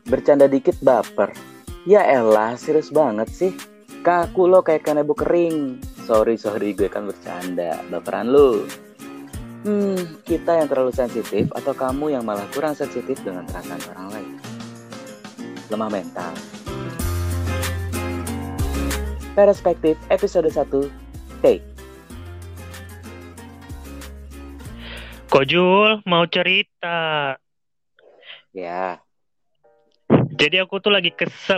Bercanda dikit baper. Ya elah, serius banget sih. Kaku lo kayak kanebo kering. Sorry gue kan bercanda. Baperan lu. Kita yang terlalu sensitif atau kamu yang malah kurang sensitif dengan perasaan orang lain? Lemah mental. Perspektif episode 1 Take. Kok Jul mau cerita? Ya. Jadi aku tuh lagi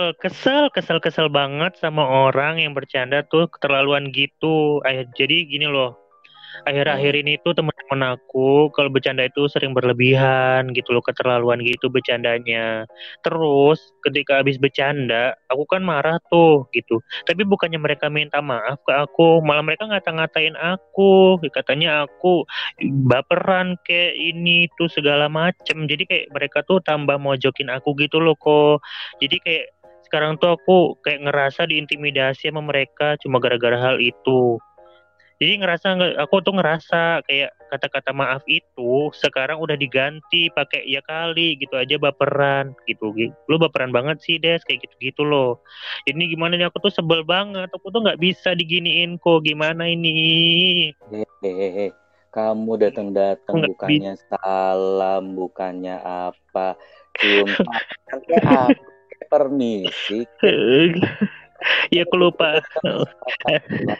kesel banget sama orang yang bercanda tuh keterlaluan gitu. Jadi gini loh. Akhir-akhir ini tuh teman-teman aku kalau bercanda itu sering berlebihan gitu loh, keterlaluan gitu bercandanya. Terus ketika habis bercanda, aku kan marah tuh gitu. Tapi bukannya mereka minta maaf ke aku, malah mereka ngata-ngatain aku. Katanya aku baperan kayak ini tuh segala macem. Jadi kayak mereka tuh tambah mojokin aku gitu loh kok. Jadi kayak sekarang tuh aku kayak ngerasa diintimidasi sama mereka cuma gara-gara hal itu. Jadi aku tuh ngerasa kayak kata-kata maaf itu sekarang udah diganti pakai ya kali gitu aja baperan gitu. Lu baperan banget sih Des kayak gitu-gitu loh. Ini gimana nih, aku tuh sebel banget. Aku tuh nggak bisa diginiin kok. Gimana ini? Hehehe. Kamu datang-datang Aku nggak bisa. bukannya salam, bukannya apa, cium tangan kayak apa, kayak permisi, kayak Ya aku lupa. datang salam.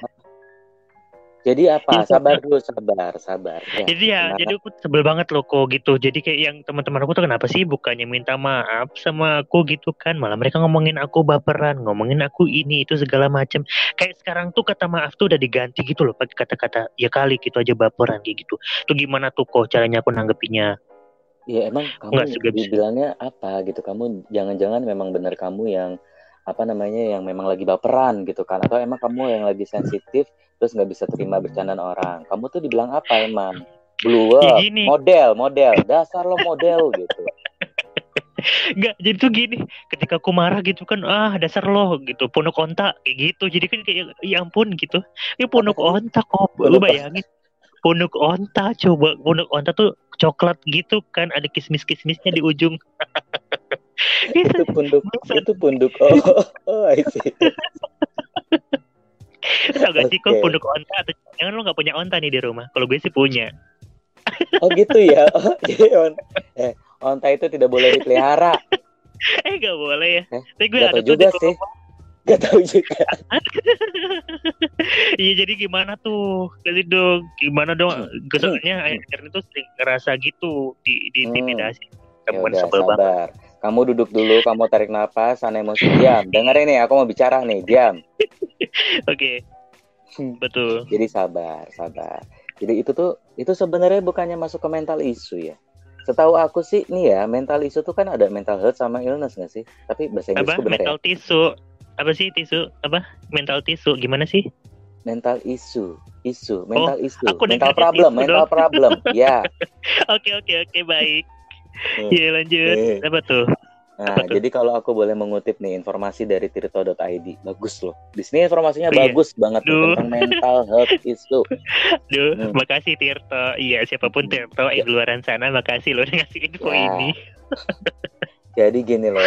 Jadi apa? Sabar dulu, sabar. Ya, Jadi gimana? aku sebel banget loh kok gitu. Jadi kayak yang teman-teman aku tuh kenapa sih bukannya minta maaf sama aku gitu kan, malah mereka ngomongin aku baperan, ngomongin aku ini itu segala macem. Kayak sekarang tuh kata maaf tuh udah diganti gitu loh pakai kata-kata ya kali gitu aja baperan kayak gitu. Tuh gimana tuh kok caranya aku nanggepinnya? Ya emang Nggak kamu juga bisa. dibilangnya apa gitu? Kamu jangan-jangan memang benar kamu yang apa namanya yang memang lagi baperan gitu kan? Atau emang kamu yang lagi sensitif terus nggak bisa terima bercandaan orang? Kamu tuh dibilang apa emang? Blow Ya up, gini, model, dasar lo model gitu. nggak jadi tuh gini. Ketika aku marah gitu kan, dasar lo gitu, punuk onta kayak gitu. Jadi kan kayak ya ampun gitu. Ini Apa punuk tadi? onta kok, lu Punuk bayangin. Punuk onta, coba punuk onta tuh coklat gitu kan, ada kismis-kismisnya di ujung. itu Itu punduk bangsat. itu punduk. Oh, I see. Tau gak sih kok Oke. punuk onta, atau jangan lo nggak punya onta nih di rumah? Kalau gue sih punya. Oh gitu ya. Oh, jadi onta itu tidak boleh dipelihara. Gak boleh ya. Tapi gue Gak ada tahu tuh di juga sih. rumah. Gak tahu juga. Iya, jadi gimana tuh? Jadi dong, gimana dong? Soalnya akhir-akhir itu sering ngerasa gitu, diintimidasi. Ya Temen udah, sebel banget. sabar. Kamu duduk dulu, kamu tarik nafas, sana emosi, diam. Dengerin nih, aku mau bicara nih, diam. Oke, betul. Jadi sabar. Jadi itu sebenarnya bukannya masuk ke mental issue ya. Setahu aku sih nih ya, mental issue tuh kan ada mental health sama illness nggak sih? Tapi bahasa Inggrisku Apa? bener ya? Mental tisu. Apa sih tisu? Apa? Mental tisu. Gimana sih? Mental Oh, aku mental dengarnya tisu dong. problem. Ya. Oke, baik. Nih, Iya, lanjut. nih. Apa tuh? Apa Nah, tuh? jadi kalau aku boleh mengutip nih informasi dari tirto.id, bagus loh. Di sini informasinya Oh iya. bagus banget nih Duh, tentang mental health issue. Hmm. makasih Tirto. Iya, siapapun Tirto Ya, yang di luaran sana, makasih loh udah ngasih info ini. ya. Jadi gini loh,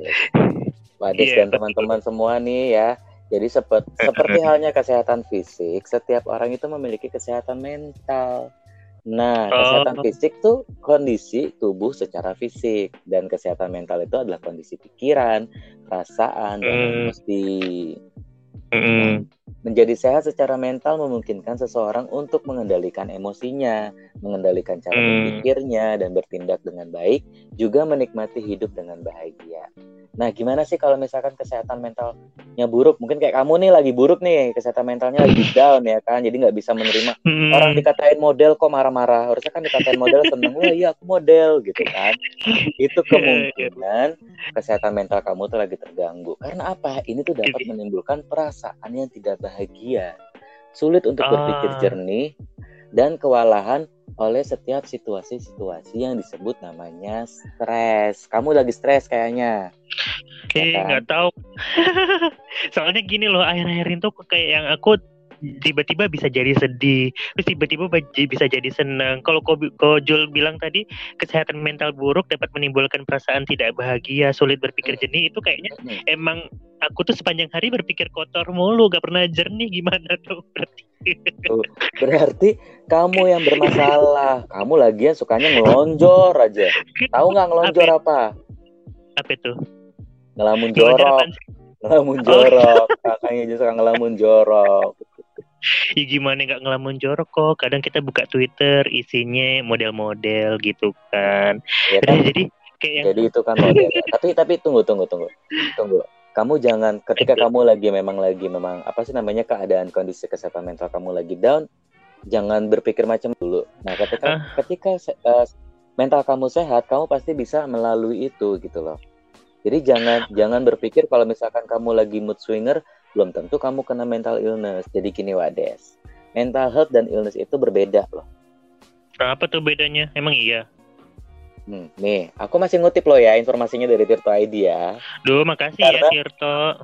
Wades Iya, dan betul. teman-teman semua nih ya. Jadi seperti halnya kesehatan fisik, setiap orang itu memiliki kesehatan mental. Nah, kesehatan Oh, fisik tuh kondisi tubuh secara fisik dan kesehatan mental itu adalah kondisi pikiran, perasaan, dan mm, emosi. Nah, mm, menjadi sehat secara mental memungkinkan seseorang untuk mengendalikan emosinya, mengendalikan cara mm. berpikirnya, dan bertindak dengan baik, juga menikmati hidup dengan bahagia. Nah, gimana sih kalau misalkan kesehatan mentalnya buruk? Mungkin kayak kamu nih lagi buruk nih, kesehatan mentalnya lagi down ya kan, jadi nggak bisa menerima orang Mm. dikatain model kok marah-marah. Harusnya kan dikatain model seneng, wah iya aku model gitu kan. Itu Ya, kemungkinan kesehatan mental kamu tuh lagi terganggu. Karena apa? Ini tuh dapat jadi, menimbulkan perasaan yang tidak bahagia, sulit untuk berpikir ah, jernih, dan kewalahan oleh setiap situasi-situasi yang disebut namanya stres. Kamu lagi stres kayaknya, ya nggak kan? tahu. Soalnya gini loh, akhir-akhir itu kayak yang aku tiba-tiba bisa jadi sedih, terus tiba-tiba bisa jadi senang. Kalau Jul bilang tadi kesehatan mental buruk dapat menimbulkan perasaan tidak bahagia, sulit berpikir jernih, itu kayaknya emang aku tuh sepanjang hari berpikir kotor mulu, gak pernah jernih. Gimana tuh berarti? Berarti kamu yang bermasalah. Kamu lagian sukanya ngelonjor aja. Tahu nggak ngelonjor apa? Apa itu? Ngelamun jorok. Ngelamun jorok. Kakaknya aja suka ngelamun jorok. Ya gimana nggak ngelamun jorok kok. Kadang kita buka Twitter isinya model-model gitu kan. Ya kan? Jadi kayak jadi itu kan modelnya. Tapi tunggu. Kamu jangan ketika kamu memang apa sih namanya, keadaan kondisi kesehatan mental kamu lagi down, jangan berpikir macam dulu. Nah, ketika mental kamu sehat, kamu pasti bisa melalui itu gitu loh. Jadi jangan berpikir kalau misalkan kamu lagi mood swinger, belum tentu kamu kena mental illness. Jadi gini Wades, mental health dan illness itu berbeda loh. Apa tuh bedanya? Emang iya? Nih, aku masih ngutip loh ya informasinya dari Tirto ID ya. Duh, makasih ya Tirto.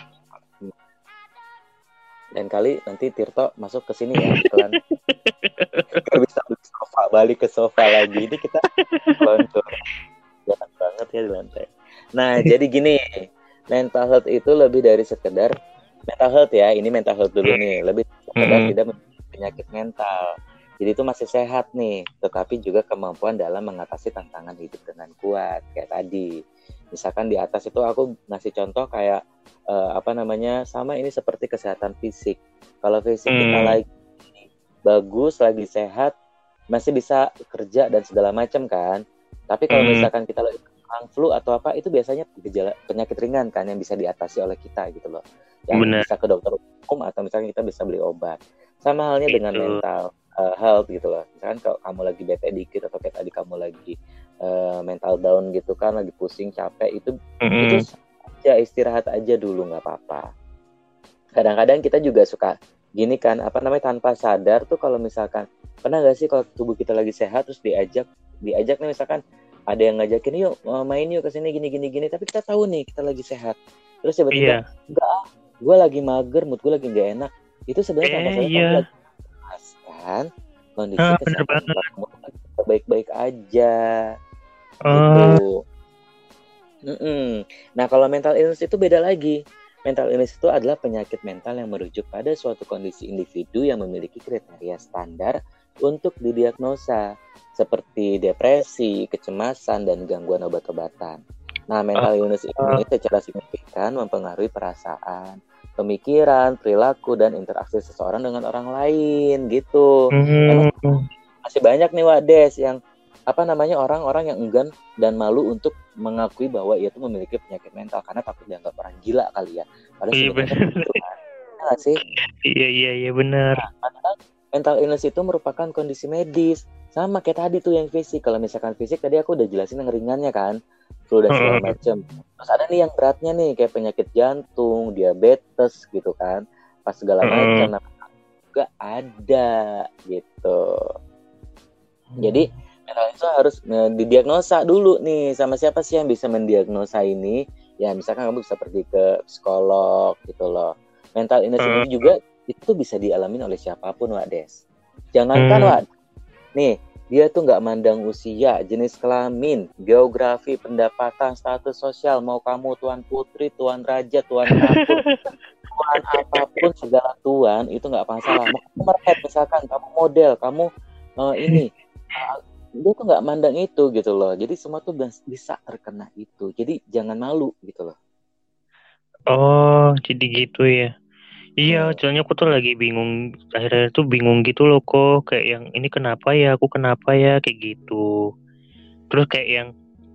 Dan kali nanti Tirto masuk ke sini ya, iklan. Bisa balik ke sofa lagi. Ini kita lontor. Jangan banget ya di lantai. Nah, jadi gini, mental health itu lebih dari sekedar mental health ya. Ini mental health dulu nih, lebih sekedar tidak memiliki penyakit mental. Jadi itu masih sehat nih, tetapi juga kemampuan dalam mengatasi tantangan hidup dengan kuat kayak tadi. Misalkan di atas itu aku ngasih contoh kayak sama ini seperti kesehatan fisik. Kalau fisik kita lagi bagus, lagi sehat, masih bisa kerja dan segala macam kan. Tapi kalau misalkan kita lagi flu atau apa, itu biasanya gejala penyakit ringan kan yang bisa diatasi oleh kita gitu loh. Yang bisa ke dokter umum atau misalnya kita bisa beli obat. Sama halnya dengan mental health gitu loh. Misalkan kalau kamu lagi bete dikit atau kayak tadi kamu lagi mental down gitu kan, lagi pusing, capek, itu ya istirahat aja dulu, nggak apa-apa. Kadang-kadang kita juga suka gini kan, tanpa sadar tuh, kalau misalkan pernah nggak sih kalau tubuh kita lagi sehat terus diajak nih, misalkan ada yang ngajakin yuk main yuk kesini gini, tapi kita tahu nih kita lagi sehat, terus tiba-tiba enggak, gue lagi mager, mood gue lagi nggak enak. Itu sebenarnya tanpa sadar kamu lagi kan kondisi kesehatan kamu baik-baik aja gitu. Nah, kalau mental illness itu beda lagi. Mental illness itu adalah penyakit mental yang merujuk pada suatu kondisi individu yang memiliki kriteria standar untuk didiagnosa, seperti depresi, kecemasan, dan gangguan obat-obatan. Nah, mental illness ini secara signifikan mempengaruhi perasaan, pemikiran, perilaku, dan interaksi seseorang dengan orang lain gitu. Emang masih banyak nih Wades yang orang-orang yang enggan dan malu untuk mengakui bahwa ia itu memiliki penyakit mental karena takut dianggap orang gila kali ya. Padahal sebenarnya itu kan. Enggak sih? Iya benar. Nah, mental illness itu merupakan kondisi medis. Sama kayak tadi tuh yang fisik. Kalau misalkan fisik tadi aku udah jelasin yang ringannya kan, flu dan segala macam. Terus ada nih yang beratnya nih kayak penyakit jantung, diabetes gitu kan, pas segala macam. Nah, juga ada gitu. Jadi mental illness harus didiagnosa dulu nih. Sama siapa sih yang bisa mendiagnosa ini? Ya misalkan kamu bisa pergi ke psikolog gitu loh. Mental illness ini juga itu bisa dialami oleh siapapun Wades. Jangankan Wades, nih dia tuh nggak mandang usia, jenis kelamin, geografi, pendapatan, status sosial, mau kamu tuan putri, tuan raja, tuan ratu, tuan apapun, segala tuan itu nggak masalah. Mau kamu merket misalkan, kamu model, kamu dia tuh nggak mandang itu gitu loh. Jadi semua tuh bisa terkena itu. Jadi jangan malu gitu loh. Oh, jadi gitu ya. Iya, soalnya aku tuh lagi bingung, akhirnya tuh bingung gitu loh kok, kayak yang ini kenapa ya, aku kenapa ya, kayak gitu. Terus kayak yang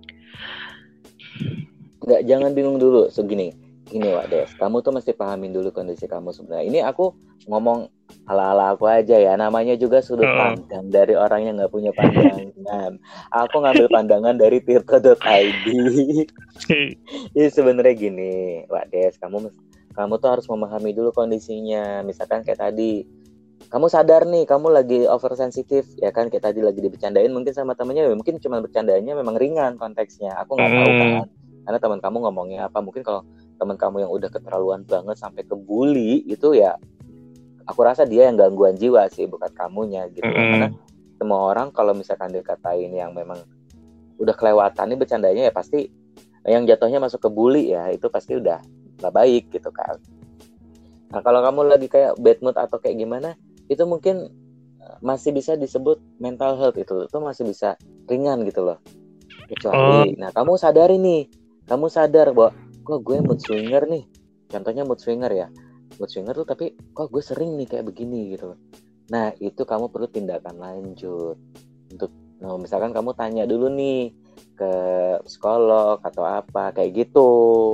jangan bingung dulu. Segini Wades, kamu tuh mesti pahamin dulu kondisi kamu sebenarnya. Ini aku ngomong ala-ala aku aja ya, namanya juga sudut pandang dari orang yang nggak punya pandangan. Aku ngambil pandangan dari tirto.id. Jadi sebenarnya gini, Wades, kamu tuh harus memahami dulu kondisinya. Misalkan kayak tadi, kamu sadar nih, kamu lagi oversensitif, ya kan, kayak tadi lagi dibercandain mungkin sama temennya, mungkin cuma bercandanya memang ringan konteksnya. Aku nggak tahu kan, karena teman kamu ngomongnya apa. Mungkin kalau teman kamu yang udah keterlaluan banget sampai ke bully, itu ya aku rasa dia yang gangguan jiwa sih, bukan kamunya gitu loh. Karena Mm-mm. semua orang kalau misalkan dikatain yang memang udah kelewatan nih bercandanya ya pasti yang jatuhnya masuk ke bully ya, itu pasti udah nggak baik gitu kan. Nah kalau kamu lagi kayak bad mood atau kayak gimana, itu mungkin masih bisa disebut mental health, itu masih bisa ringan gitu loh. Oh, Kecuali, nah kamu sadari nih, kamu sadar bahwa kok gue mood swinger nih. Contohnya mood swinger ya, mood swinger tuh tapi kok gue sering nih kayak begini gitu loh. Nah itu kamu perlu tindakan lanjut untuk, nah, misalkan kamu tanya dulu nih ke psikolog atau apa kayak gitu.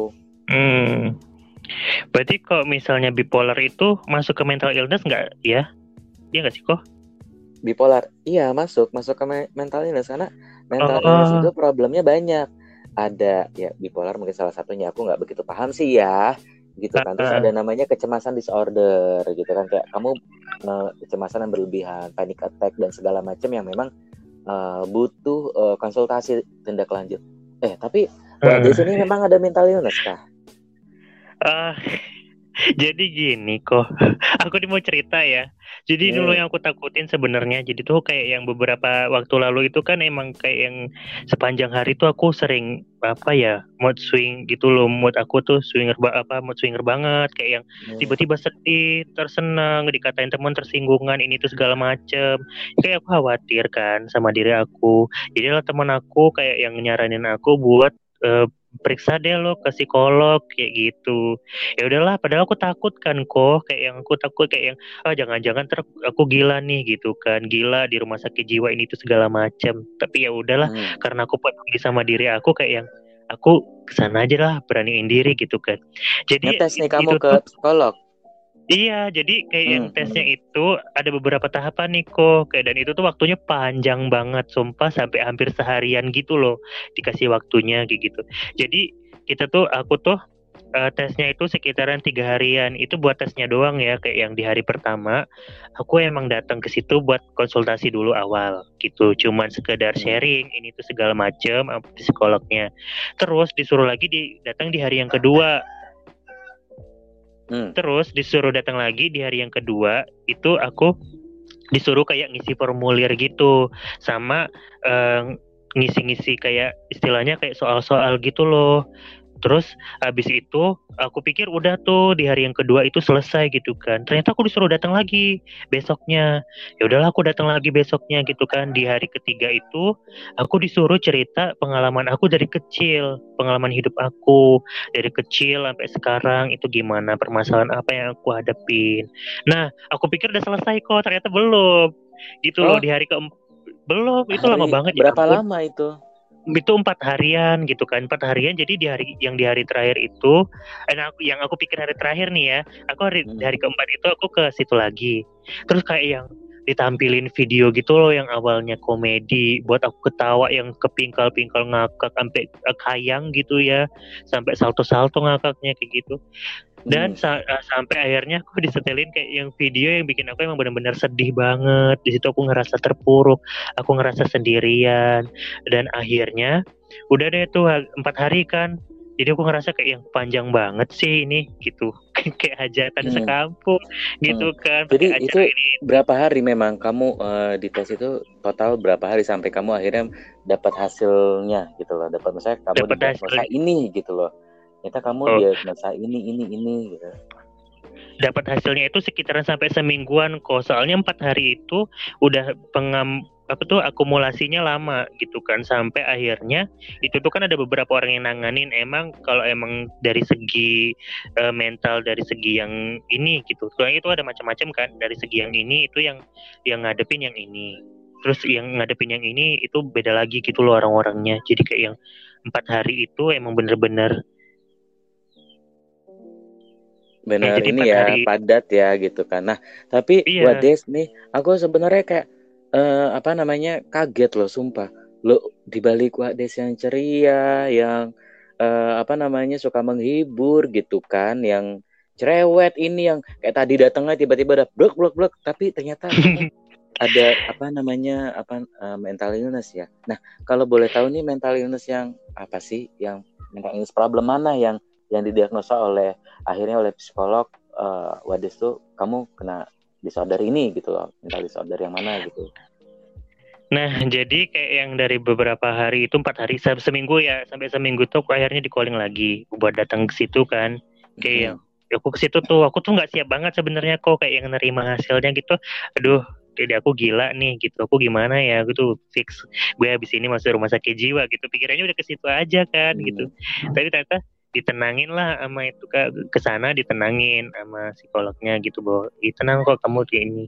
hmm. Berarti kalau misalnya bipolar itu masuk ke mental illness nggak ya? Iya nggak sih kok? Bipolar, iya masuk ke mental illness, karena mental illness itu Oh, problemnya banyak. Ada ya bipolar mungkin salah satunya, aku nggak begitu paham sih ya gitu kan. Terus ada ah, namanya kecemasan disorder gitu kan, kayak kamu kecemasan yang berlebihan, panic attack dan segala macam yang memang butuh konsultasi tindak lanjut. Tapi di ah. sini memang ada mental illness kah? Ah, jadi gini kok, aku nih mau cerita ya. Jadi dulu Hmm. yang aku takutin sebenarnya, jadi tuh kayak yang beberapa waktu lalu itu kan emang kayak yang sepanjang hari tuh aku sering apa ya mood swing gitu loh, mood aku tuh mood swinger banget, kayak yang Hmm. tiba-tiba sedih, tersenang, dikatain teman tersinggungan ini tuh segala macem. Kayak aku khawatir kan sama diri aku. Jadi lah teman aku kayak yang nyaranin aku buat periksa deh lo ke psikolog kayak gitu. Ya udahlah, padahal aku takut kan kok, kayak yang aku takut kayak yang jangan-jangan aku gila nih gitu kan, gila di rumah sakit jiwa ini tuh segala macam. Tapi ya udahlah, Hmm. karena aku peduli sama diri aku, kayak yang aku kesana aja lah, beraniin diri gitu kan. Jadi Ngetes nih kamu itu ke tuh psikolog. iya, jadi kayak yang Hmm. tesnya Hmm. itu ada beberapa tahapan nih kok, kayak dan itu tuh waktunya panjang banget, sumpah sampai hampir seharian gitu loh dikasih waktunya kayak gitu. Jadi aku tuh tesnya itu sekitaran 3 harian. Itu buat tesnya doang ya, kayak yang di hari pertama aku emang datang ke situ buat konsultasi dulu awal gitu, cuman sekedar Hmm. sharing ini tuh segala macem sama psikolognya. Terus disuruh lagi datang di hari yang kedua. Hmm. Terus disuruh datang lagi di hari yang kedua, itu aku disuruh kayak ngisi formulir gitu, sama eh, ngisi-ngisi kayak istilahnya kayak soal-soal gitu loh. Terus habis itu aku pikir udah tuh di hari yang kedua itu selesai gitu kan. Ternyata aku disuruh datang lagi besoknya. Ya udahlah, aku datang lagi besoknya gitu kan. Di hari ketiga itu aku disuruh cerita pengalaman aku dari kecil, pengalaman hidup aku dari kecil sampai sekarang itu gimana, permasalahan apa yang aku hadapin. Nah, aku pikir udah selesai kok, ternyata belum. Gitu loh Oh, di hari keempat. Belum, itu lama hari banget ya berapa ampun. lama itu? Itu 4 harian gitu kan, 4 harian. Jadi di hari terakhir itu yang aku pikir hari terakhir nih ya, di Hmm. hari keempat itu aku ke situ lagi. Terus kayak yang ditampilin video gitu loh yang awalnya komedi buat aku ketawa, yang kepingkal-pingkal ngakak sampai kayang gitu ya, sampai salto-salto ngakaknya kayak gitu. Dan Hmm. sampai akhirnya aku disetelin kayak yang video yang bikin aku emang benar-benar sedih banget. Di situ aku ngerasa terpuruk, aku ngerasa sendirian, dan akhirnya udah deh tuh 4 hari kan. Jadi aku ngerasa kayak yang panjang banget sih ini gitu, kayak hajatan Hmm. sekampung Hmm. gitu kan, Jadi pakai acara itu ini itu. berapa hari memang kamu di tes itu, total berapa hari sampai kamu akhirnya dapat hasilnya gitu loh, dapat misalnya kamu Dapat didiagnosa hasil. ini gitu loh, ternyata kamu Oh, diagnosa ini gitu. dapat hasilnya itu sekitaran sampai semingguan kok, soalnya 4 hari itu udah apa tuh akumulasinya lama gitu kan, sampai akhirnya itu tuh kan ada beberapa orang yang nanganin. Emang kalau emang dari segi mental, dari segi yang ini gitu, soalnya itu ada macam-macam kan, dari segi yang ini itu yang ngadepin yang ini, terus yang ngadepin yang ini itu beda lagi gitu loh orang-orangnya. Jadi kayak yang 4 hari itu emang bener-bener Bener jadi ini empat ya, hari padat ya gitu kan. Nah tapi iya. Wades nih, aku sebenarnya kayak apa namanya, kaget loh sumpah lo, di balik Wades yang ceria, yang apa namanya, suka menghibur gitu kan, yang cerewet ini, yang kayak tadi datangnya tiba-tiba udah blok blok blok, tapi ternyata kamu ada apa namanya, apa mental illness ya. Nah kalau boleh tahu nih, mental illness yang apa sih, yang mental illness problem mana yang didiagnosa oleh akhirnya oleh psikolog, Wades tuh kamu kena disorder ini gitu loh, mental disorder yang mana gitu. Nah, jadi kayak yang dari beberapa hari itu 4 hari seminggu ya, sampai seminggu tuh aku akhirnya di calling lagi buat datang ke situ kan. Kayak yang aku ke situ tuh aku tuh nggak siap banget sebenarnya kok kayak yang nerima hasilnya gitu. Aduh, jadi aku gila nih gitu. Aku gimana ya gitu fix gue habis ini masuk rumah sakit jiwa gitu. Pikirannya udah ke situ aja kan gitu. Tapi ternyata ditenangin lah sama itu ke sana ditenangin sama psikolognya gitu bahwa tenang kok kamu kayak ini.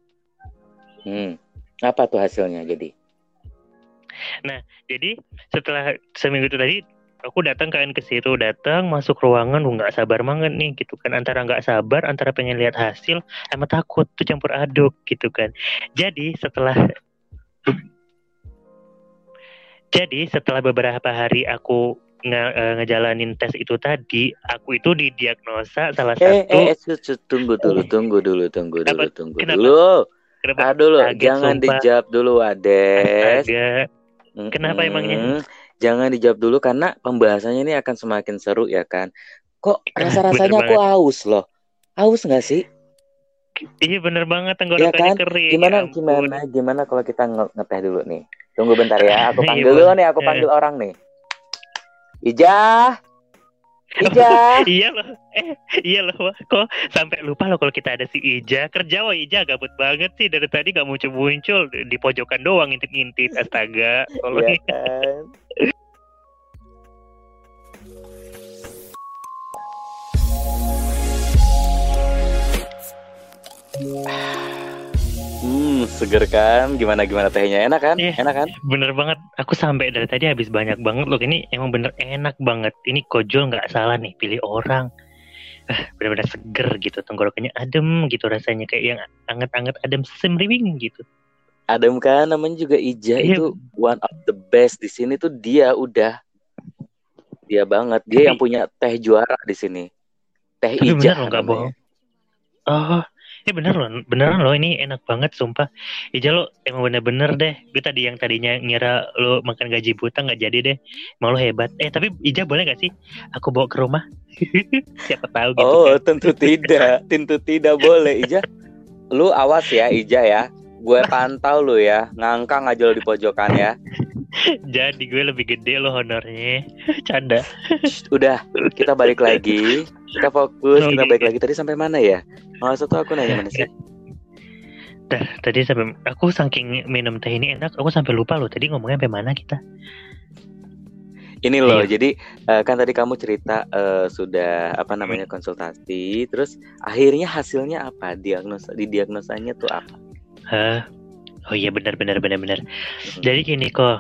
Apa tuh hasilnya jadi? Nah, jadi setelah seminggu itu tadi aku datang kan ke situ, datang masuk ruangan, nggak sabar banget nih gitu kan, antara nggak sabar, antara pengen lihat hasil, sama takut tuh campur aduk gitu kan. Jadi setelah beberapa hari aku ngejalanin tes itu tadi, aku itu didiagnosa salah satu. Tunggu dulu. Kenapa? Aduh lo, jangan dijawab dulu Ades. Astaga. Kenapa emangnya? Jangan dijawab dulu karena pembahasannya ini akan semakin seru ya kan. Kok rasa-rasanya aku haus loh. Haus nggak sih? Iya bener banget, tenggorokannya ya kan? kering. Gimana kalau kita ngeteh dulu nih? Tunggu bentar ya, aku panggil dulu nih, aku panggil orang nih. Ija. Iya loh, kok sampai lupa loh kalau kita ada si Ija. Kerja Ija gabut banget sih dari tadi, gak muncul di pojokan doang ngintip astaga. Iya kan. Seger kan? Gimana tehnya? Enak kan? Enak kan? Bener banget. Aku sampai dari tadi habis banyak banget loh. Ini emang bener enak banget. Ini Kojol nggak salah nih pilih orang. Bener-bener seger gitu. Tenggorokannya adem gitu rasanya, kayak yang anget-anget adem semriwing gitu. Adem kan? Namanya juga Ija itu one of the best di sini tuh, dia banget. Dia yang punya teh juara di sini. Teh tapi Ija. Bener loh, nggak bohong. Oh. Ya beneran loh, ini enak banget sumpah. Ija lo emang bener-bener deh. Gue tadinya ngira lo makan gaji buta nggak jadi deh. Mau lo hebat. Tapi Ija boleh nggak sih aku bawa ke rumah? Siapa tahu gitu. Oh kan? tentu tidak boleh Ija. Lu awas ya Ija ya. Gue pantau lo ya. Ngangkang aja lo di pojokan ya. Jadi gue lebih gede lo honornya. Canda. Udah, kita balik lagi. Kita fokus, kita balik lagi. Tadi sampai mana ya? Satu aku nanya mana sih? Tadi sampai aku saking minum teh ini enak, aku sampai lupa loh tadi ngomongnya sampai mana kita. Ini loh, jadi kan tadi kamu cerita sudah konsultasi, terus akhirnya hasilnya apa? Didiagnosanya tuh apa? Oh iya benar. Jadi gini kok,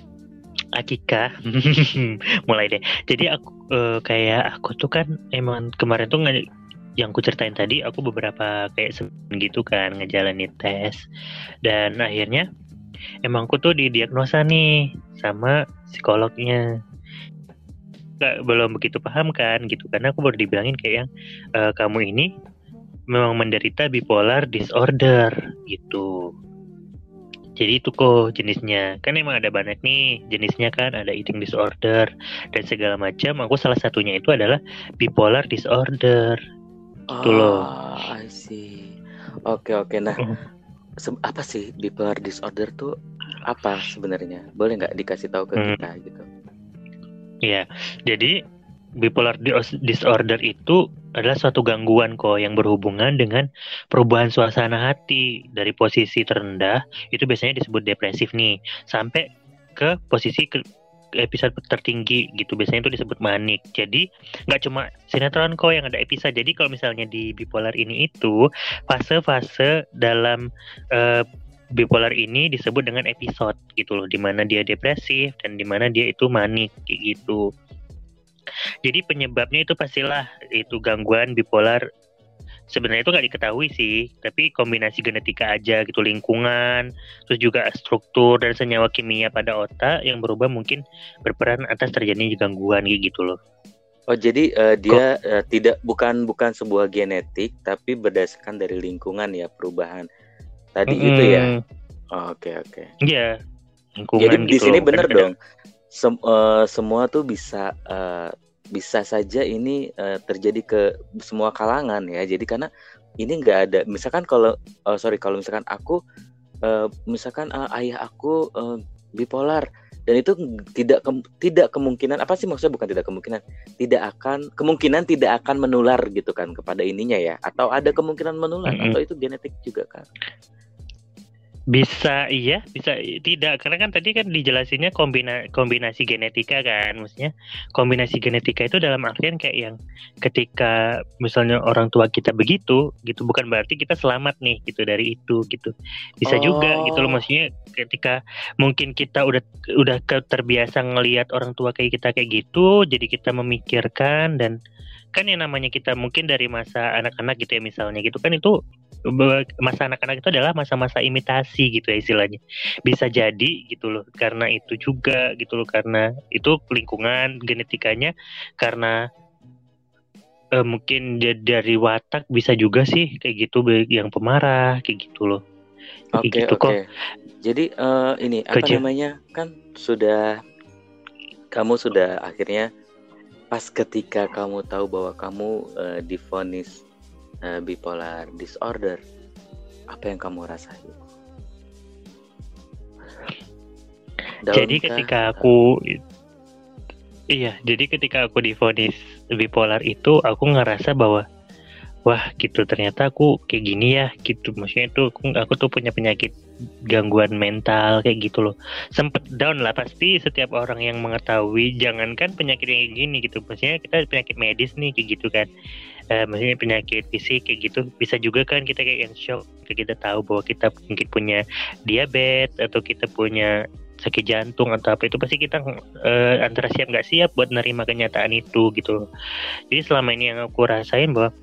Akika, mulai deh. Jadi aku tuh kan emang kemarin tuh yang aku ceritain tadi, aku beberapa kayak gitu kan ngejalanin tes, dan akhirnya emang aku tuh didiagnosa nih sama psikolognya. Belum begitu paham kan gitu, karena aku baru dibilangin kayak yang kamu ini memang menderita bipolar disorder gitu. Jadi itu kok jenisnya, kan emang ada banyak nih jenisnya kan, ada eating disorder dan segala macam. Aku salah satunya itu adalah bipolar disorder. Gitu loh. I see. Oke. Nah, apa sih bipolar disorder tuh apa sebenarnya? Boleh nggak dikasih tahu ke kita gitu? Iya, jadi bipolar disorder itu adalah suatu gangguan kok yang berhubungan dengan perubahan suasana hati dari posisi terendah, itu biasanya disebut depresif nih, sampai ke posisi episode tertinggi gitu, biasanya itu disebut manik. Jadi nggak cuma sinetron kok yang ada episode. Jadi kalau misalnya di bipolar ini itu fase-fase dalam bipolar ini disebut dengan episode gitu loh, dimana dia depresif dan dimana dia itu manik kayak gitu. Jadi penyebabnya itu pastilah itu gangguan bipolar. Sebenarnya itu nggak diketahui sih, tapi kombinasi genetika aja gitu, lingkungan, terus juga struktur dan senyawa kimia pada otak yang berubah mungkin berperan atas terjadinya gangguan gitu loh. Oh jadi dia bukan sebuah genetik, tapi berdasarkan dari lingkungan ya, perubahan tadi itu ya. Oke. Iya. Lingkungan. Jadi gitu di sini loh. Bener dong. Semua tuh bisa saja ini terjadi ke semua kalangan ya. Jadi karena ini nggak ada. Misalkan kalau kalau misalkan aku ayah aku bipolar, dan itu tidak kemungkinan, apa sih maksudnya, bukan tidak kemungkinan, tidak akan menular gitu kan kepada ininya ya, atau ada kemungkinan menular, atau itu genetik juga kan? Bisa iya, bisa tidak, karena kan tadi kan dijelasinnya kombinasi genetika kan, maksudnya kombinasi genetika itu dalam artian kayak yang ketika misalnya orang tua kita begitu gitu, bukan berarti kita selamat nih gitu dari itu gitu, bisa juga gitu loh, maksudnya ketika mungkin kita udah terbiasa ngelihat orang tua kayak kita kayak gitu, jadi kita memikirkan, dan kan yang namanya kita mungkin dari masa anak-anak gitu ya misalnya gitu kan, itu masa anak-anak itu adalah masa-masa imitasi gitu ya istilahnya, bisa jadi gitu loh, karena itu juga gitu loh, karena itu lingkungan genetikanya, karena mungkin dari watak bisa juga sih kayak gitu, yang pemarah kayak gitu loh. Oke. Jadi ini apa namanya, kan kamu sudah akhirnya pas ketika kamu tahu bahwa kamu divonis bipolar disorder, apa yang kamu rasain? Jadi ketika aku divonis bipolar itu, aku ngerasa bahwa wah gitu, ternyata aku kayak gini ya gitu, maksudnya itu aku tuh punya penyakit gangguan mental kayak gitu loh. Sempet down lah pasti setiap orang yang mengetahui, jangankan penyakit yang kayak gini gitu, maksudnya kita penyakit medis nih kayak gitu kan, maksudnya penyakit fisik kayak gitu, bisa juga kan kita kayak yang shock, kita tahu bahwa kita mungkin punya diabetes atau kita punya sakit jantung atau apa, itu pasti kita antara siap nggak siap buat nerima kenyataan itu gitu. Jadi selama ini yang aku rasain bahwa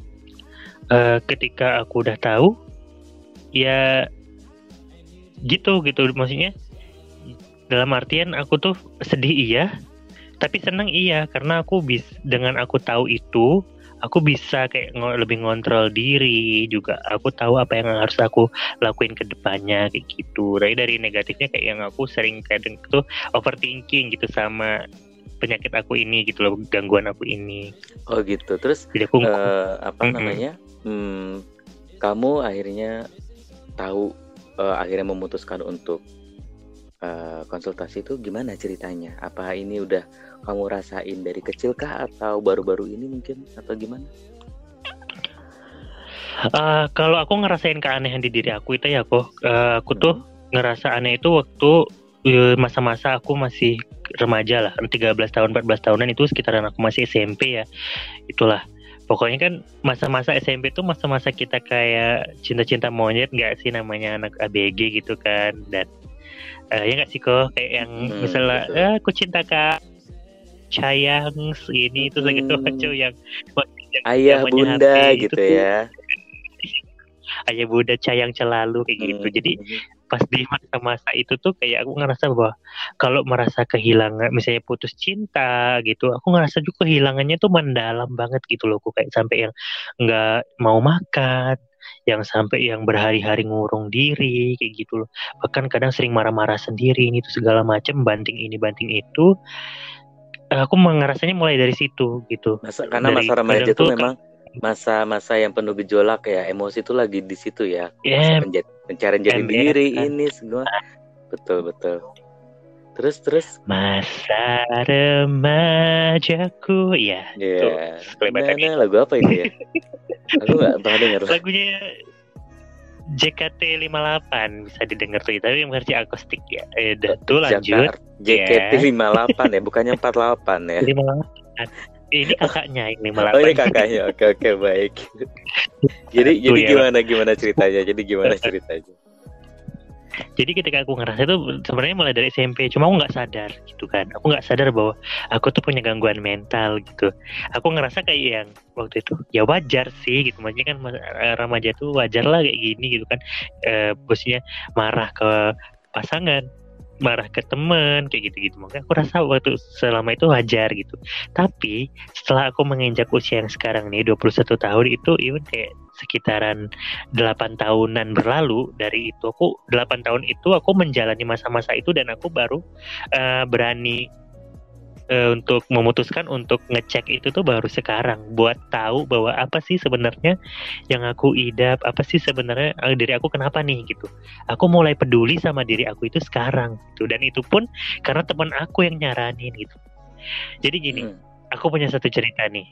ketika aku udah tahu ya gitu maksudnya, dalam artian aku tuh sedih iya, tapi senang iya, karena dengan aku tahu itu, aku bisa kayak lebih ngontrol diri juga, aku tahu apa yang harus aku lakuin ke depannya kayak gitu. Dari negatifnya kayak yang aku sering kadang tuh overthinking gitu sama penyakit aku ini gitu loh, gangguan aku ini. Oh gitu. Terus jadi aku namanya kamu akhirnya tahu, akhirnya memutuskan untuk konsultasi itu gimana ceritanya? Apa ini udah kamu rasain dari kecil kah, atau baru-baru ini mungkin, atau gimana? Kalau aku ngerasain keanehan di diri aku itu ya aku tuh ngerasa aneh itu waktu masa-masa aku masih remaja lah, 13 tahun 14 tahunan, itu sekitaran aku masih SMP ya. Itulah pokoknya kan masa-masa SMP itu masa-masa kita kayak cinta-cinta monyet nggak sih, namanya anak ABG gitu kan. Dan ya nggak sih kok, kayak yang misalnya aku cinta kak sayang ini itu segitu macam yang ayah bunda gitu tuh, ya ayah bunda sayang selalu kayak gitu. Jadi pas di masa-masa itu tuh kayak aku ngerasa bahwa kalau merasa kehilangan, misalnya putus cinta gitu, aku ngerasa juga kehilangannya tuh mendalam banget gitu loh. Aku kayak sampai yang nggak mau makan, yang sampai yang berhari-hari ngurung diri kayak gitu loh. Bahkan kadang sering marah-marah sendiri, ini tuh segala macam, banting ini banting itu. Aku ngerasanya mulai dari situ gitu. Karena masa remaja tuh memang masa-masa yang penuh gejolak ya, emosi tuh lagi di situ ya. Pencarian jati diri kan. Ini semua. Betul. Terus masa remajaku ya. Iya. Lagu apa ini ya? Aku nggak pernah dengar. Lagunya JKT58 bisa didengar tuh, tapi yang versi akustik ya. Tuh lanjut. JKT58 ya, bukannya 48 ya. 58. Ini kakaknya yang 58. Oh, ini kakaknya. Oke, baik. Jadi gimana ceritanya? Jadi ketika aku ngerasa itu sebenarnya mulai dari SMP, cuma aku nggak sadar gitu kan. Aku nggak sadar bahwa aku tuh punya gangguan mental gitu. Aku ngerasa kayak yang waktu itu ya wajar sih gitu. Maksudnya kan remaja tuh wajar lah kayak gini gitu kan. Bosnya marah ke pasangan, marah ke teman kayak gitu-gitu. Makanya aku rasa waktu selama itu wajar gitu. Tapi setelah aku menginjak usia yang sekarang nih 21 tahun itu, even kayak sekitaran 8 tahunan berlalu dari itu, 8 tahun itu aku menjalani masa-masa itu, dan aku baru berani untuk memutuskan untuk ngecek itu tuh baru sekarang, buat tahu bahwa apa sih sebenarnya yang aku idap, apa sih sebenarnya diri aku kenapa nih gitu. Aku mulai peduli sama diri aku itu sekarang gitu, dan itu pun karena teman aku yang nyaranin gitu. Jadi gini, aku punya satu cerita nih.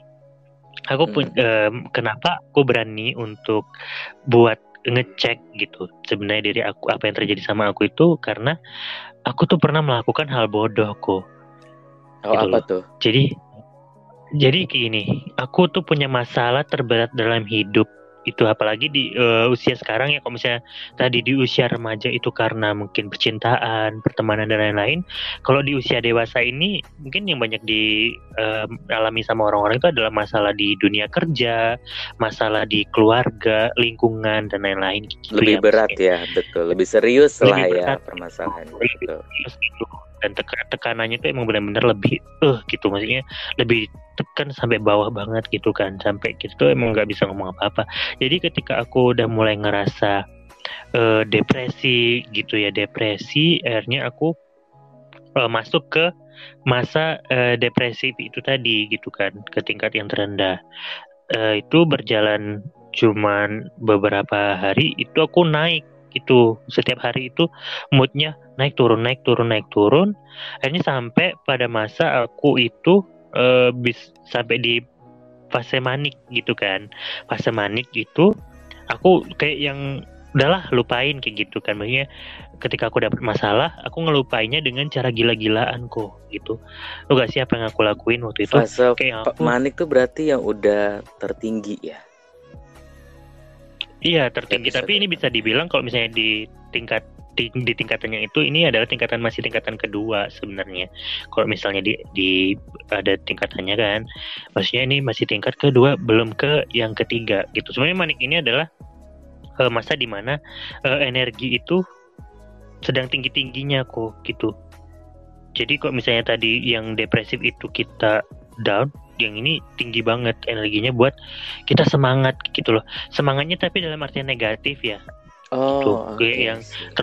Kenapa aku berani untuk buat ngecek gitu sebenarnya diri aku, apa yang terjadi sama aku itu karena aku tuh pernah melakukan hal bodoh kok. Gitu apa loh. tuh? Jadi gini, aku tuh punya masalah terberat dalam hidup itu, apalagi di usia sekarang ya. Kalau misalnya tadi di usia remaja itu karena mungkin percintaan, pertemanan dan lain-lain, kalau di usia dewasa ini mungkin yang banyak dialami sama orang-orang itu adalah masalah di dunia kerja, masalah di keluarga, lingkungan dan lain-lain gitu. Lebih ya, berat maksudnya. ya, betul, lebih serius lah Lebih ya berat. permasalahannya. Lebih Betul. serius gitu. Dan tekanannya itu emang benar-benar lebih gitu, maksudnya lebih tekan sampai bawah banget gitu kan, sampai gitu emang nggak bisa ngomong apa-apa. Jadi ketika aku udah mulai ngerasa depresi gitu ya, akhirnya aku masuk ke masa depresif itu tadi gitu kan, ke tingkat yang terendah. Itu berjalan cuman beberapa hari, itu aku naik itu setiap hari itu moodnya naik turun, akhirnya sampai pada masa aku itu sampai di fase manik gitu kan. Fase manik itu aku kayak yang udahlah lupain kayak gitu kan, maksudnya ketika aku dapat masalah aku ngelupainnya dengan cara gila-gilaan kok gitu. Lu gak sih apa yang aku lakuin waktu itu? Fase Kayak aku manik tuh berarti yang udah tertinggi ya? Iya tertinggi, tapi ini bisa dibilang kalau misalnya di tingkatannya itu, ini adalah masih tingkatan kedua sebenarnya. Kalau misalnya di ada tingkatannya kan, maksudnya ini masih tingkat kedua, belum ke yang ketiga gitu. Sebenarnya manik ini adalah masa dimana energi itu sedang tinggi-tingginya kok gitu. Jadi kalau misalnya tadi yang depresif itu kita down, yang ini tinggi banget energinya buat kita semangat gitu loh. Semangatnya tapi dalam artian negatif ya. Gitu. Kayak yang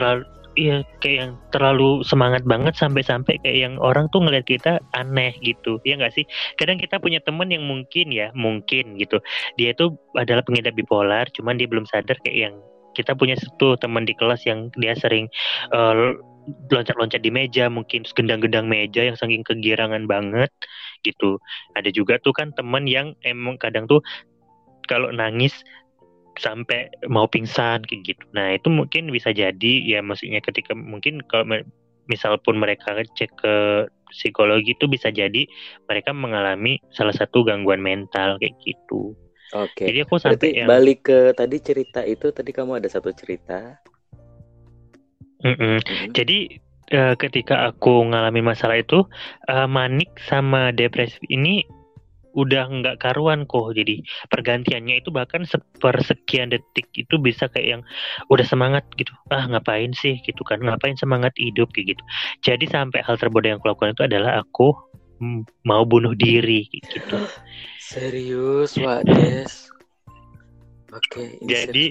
terlalu semangat banget sampai kayak yang orang tuh ngeliat kita aneh gitu. Ya nggak sih? Kadang kita punya temen yang mungkin gitu. Dia tuh adalah pengidap bipolar, cuman dia belum sadar. Kayak yang kita punya satu teman di kelas yang dia sering loncat-loncat di meja, mungkin gendang-gendang meja yang saking kegirangan banget gitu. Ada juga tuh kan teman yang emang kadang tuh kalau nangis sampai mau pingsan kayak gitu. Nah itu mungkin bisa jadi ya, maksudnya ketika mungkin kalau misal pun mereka cek ke psikologi itu bisa jadi mereka mengalami salah satu gangguan mental kayak gitu. Oke. Jadi aku sampai berarti balik ke tadi cerita itu, tadi kamu ada satu cerita. Jadi ketika aku ngalami masalah itu, manik sama depresif ini udah nggak karuan kok. Jadi pergantiannya itu bahkan sepersekian detik itu bisa kayak yang udah semangat gitu, ngapain sih gitu kan, ngapain semangat hidup kayak gitu. Jadi sampai hal terbodoh yang aku lakukan itu adalah aku mau bunuh diri gitu. Serius Wades? Oke. Jadi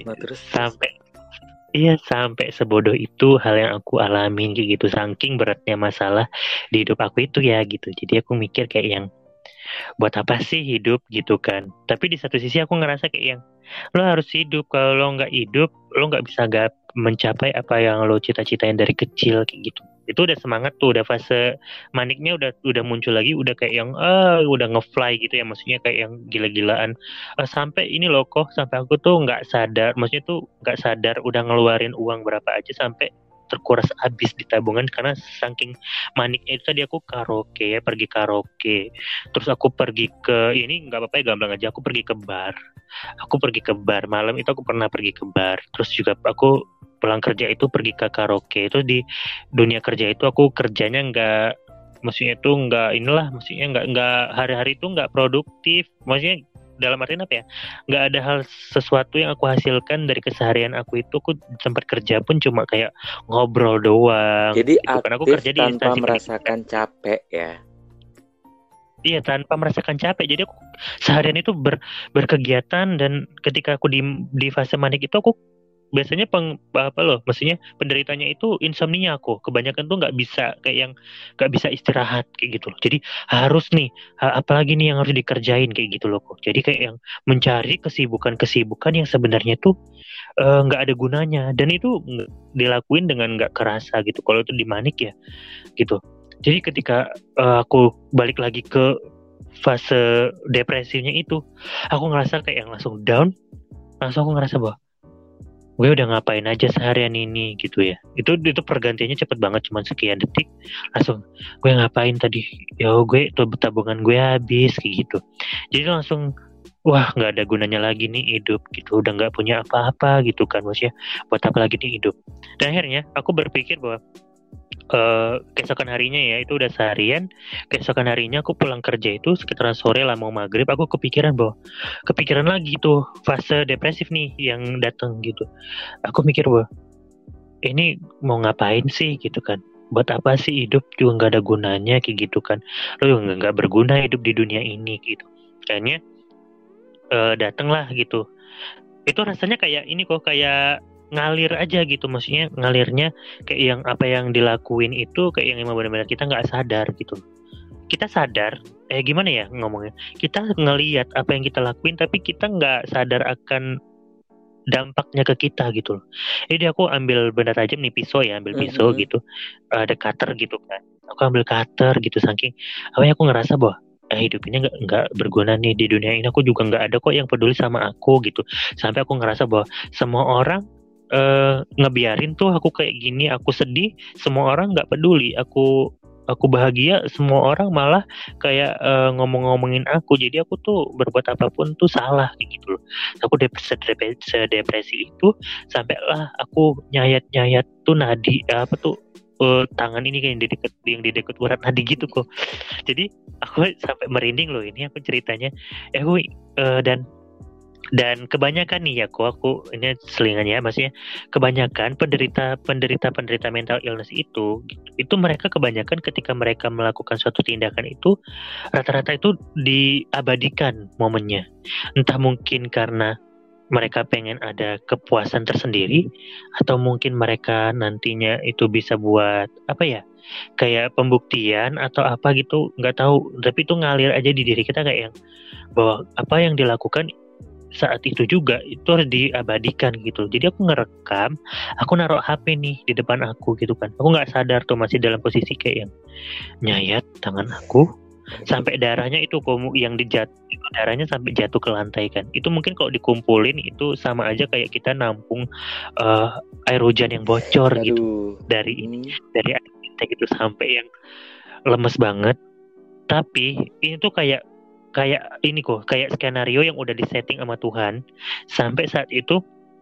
sampai sebodoh itu hal yang aku alamin kayak gitu, saking beratnya masalah di hidup aku itu ya gitu. Jadi aku mikir kayak yang buat apa sih hidup gitu kan. Tapi di satu sisi aku ngerasa kayak yang lo harus hidup, kalau lo nggak hidup lo nggak bisa mencapai apa yang lo cita-citain dari kecil kayak gitu. Itu udah semangat tuh, udah fase maniknya udah muncul lagi, udah kayak yang udah ngefly gitu ya, maksudnya kayak yang gila-gilaan. Sampai ini loh kok, sampai aku tuh nggak sadar, maksudnya tuh nggak sadar udah ngeluarin uang berapa aja sampai terkuras habis di tabungan karena saking maniknya itu. Tadi aku pergi karaoke, terus aku pergi ke ini, nggak apa-apa ya gamblang aja, aku pergi ke bar malam itu, aku pernah pergi ke bar. Terus juga aku pulang kerja itu pergi ke karaoke. Itu di dunia kerja itu aku kerjanya maksudnya nggak hari-hari itu nggak produktif, maksudnya dalam artian apa ya, nggak ada hal sesuatu yang aku hasilkan dari keseharian aku itu. Aku sempat kerja pun cuma kayak ngobrol doang. Jadi gitu. Karena aku kerja tanpa di instansi merasakan capek ya. Iya, tanpa merasakan capek. Jadi aku seharian itu berkegiatan, dan ketika aku di fase manik itu aku biasanya maksudnya penderitanya itu insomnia aku. Kebanyakan tuh nggak bisa kayak yang nggak bisa istirahat kayak gitu loh. Jadi harus nih, apalagi nih yang harus dikerjain kayak gitu loh kok. Jadi kayak yang mencari kesibukan-kesibukan yang sebenarnya tuh nggak ada gunanya, dan itu dilakuin dengan nggak kerasa gitu. Kalau itu di manik ya gitu. Jadi ketika aku balik lagi ke fase depresinya itu, aku ngerasa kayak yang langsung down. Langsung aku ngerasa bahwa gue udah ngapain aja seharian ini gitu ya. Itu pergantiannya cepet banget, cuma sekian detik langsung gue ngapain tadi, ya gue tuh tabungan gue habis kayak gitu. Jadi langsung wah nggak ada gunanya lagi nih hidup gitu, udah nggak punya apa-apa gitu kan, maksudnya buat apa lagi nih hidup. Dan akhirnya aku berpikir bahwa keesokan harinya ya, itu udah seharian, keesokan harinya aku pulang kerja itu sekitaran sore lah mau maghrib, aku kepikiran lagi tuh fase depresif nih yang datang gitu. Aku mikir bahwa ini mau ngapain sih gitu kan, buat apa sih hidup, juga nggak ada gunanya kayak gitu kan, lo nggak berguna hidup di dunia ini gitu. Kayaknya dateng lah gitu. Itu rasanya kayak ini kok, kayak ngalir aja gitu, maksudnya ngalirnya kayak yang apa yang dilakuin itu kayak yang emang benar-benar kita nggak sadar gitu. Kita sadar, gimana ya ngomongnya, kita ngelihat apa yang kita lakuin tapi kita nggak sadar akan dampaknya ke kita gitu loh. Jadi aku ambil benda tajam nih, pisau ya, ambil pisau gitu, ada cutter gitu kan, aku ambil cutter gitu, saking apa aku ngerasa bahwa hidup ini nggak berguna nih di dunia ini, aku juga nggak ada kok yang peduli sama aku gitu. Sampai aku ngerasa bahwa semua orang ngebiarin tuh aku kayak gini, aku sedih, semua orang nggak peduli, aku bahagia, semua orang malah kayak ngomong-ngomongin aku. Jadi aku tuh berbuat apapun tuh salah kayak gitu loh. Aku sedepresi itu sampai lah aku nyayat tuh nadi apa tuh, tangan ini kayak yang di dekat urat nadi gitu kok. Jadi aku sampai merinding loh ini aku ceritanya. Aku dan kebanyakan nih ya aku ini selingannya, maksudnya kebanyakan penderita mental illness itu mereka kebanyakan ketika mereka melakukan suatu tindakan itu rata-rata itu diabadikan momennya. Entah mungkin karena mereka pengen ada kepuasan tersendiri, atau mungkin mereka nantinya itu bisa buat apa ya, kayak pembuktian atau apa gitu, nggak tahu, tapi itu ngalir aja di diri kita kayak yang bahwa apa yang dilakukan saat itu juga itu harus diabadikan gitu. Jadi aku ngerekam, aku naruh HP nih di depan aku gitu kan. Aku nggak sadar tuh masih dalam posisi kayak yang nyayat tangan aku sampai darahnya itu yang darahnya sampai jatuh ke lantai kan. Itu mungkin kalau dikumpulin itu sama aja kayak kita nampung air hujan yang bocor gitu dari air kita gitu, sampai yang lemes banget. Tapi ini tuh kayak ini kok, kayak skenario yang udah disetting sama Tuhan. Sampai saat itu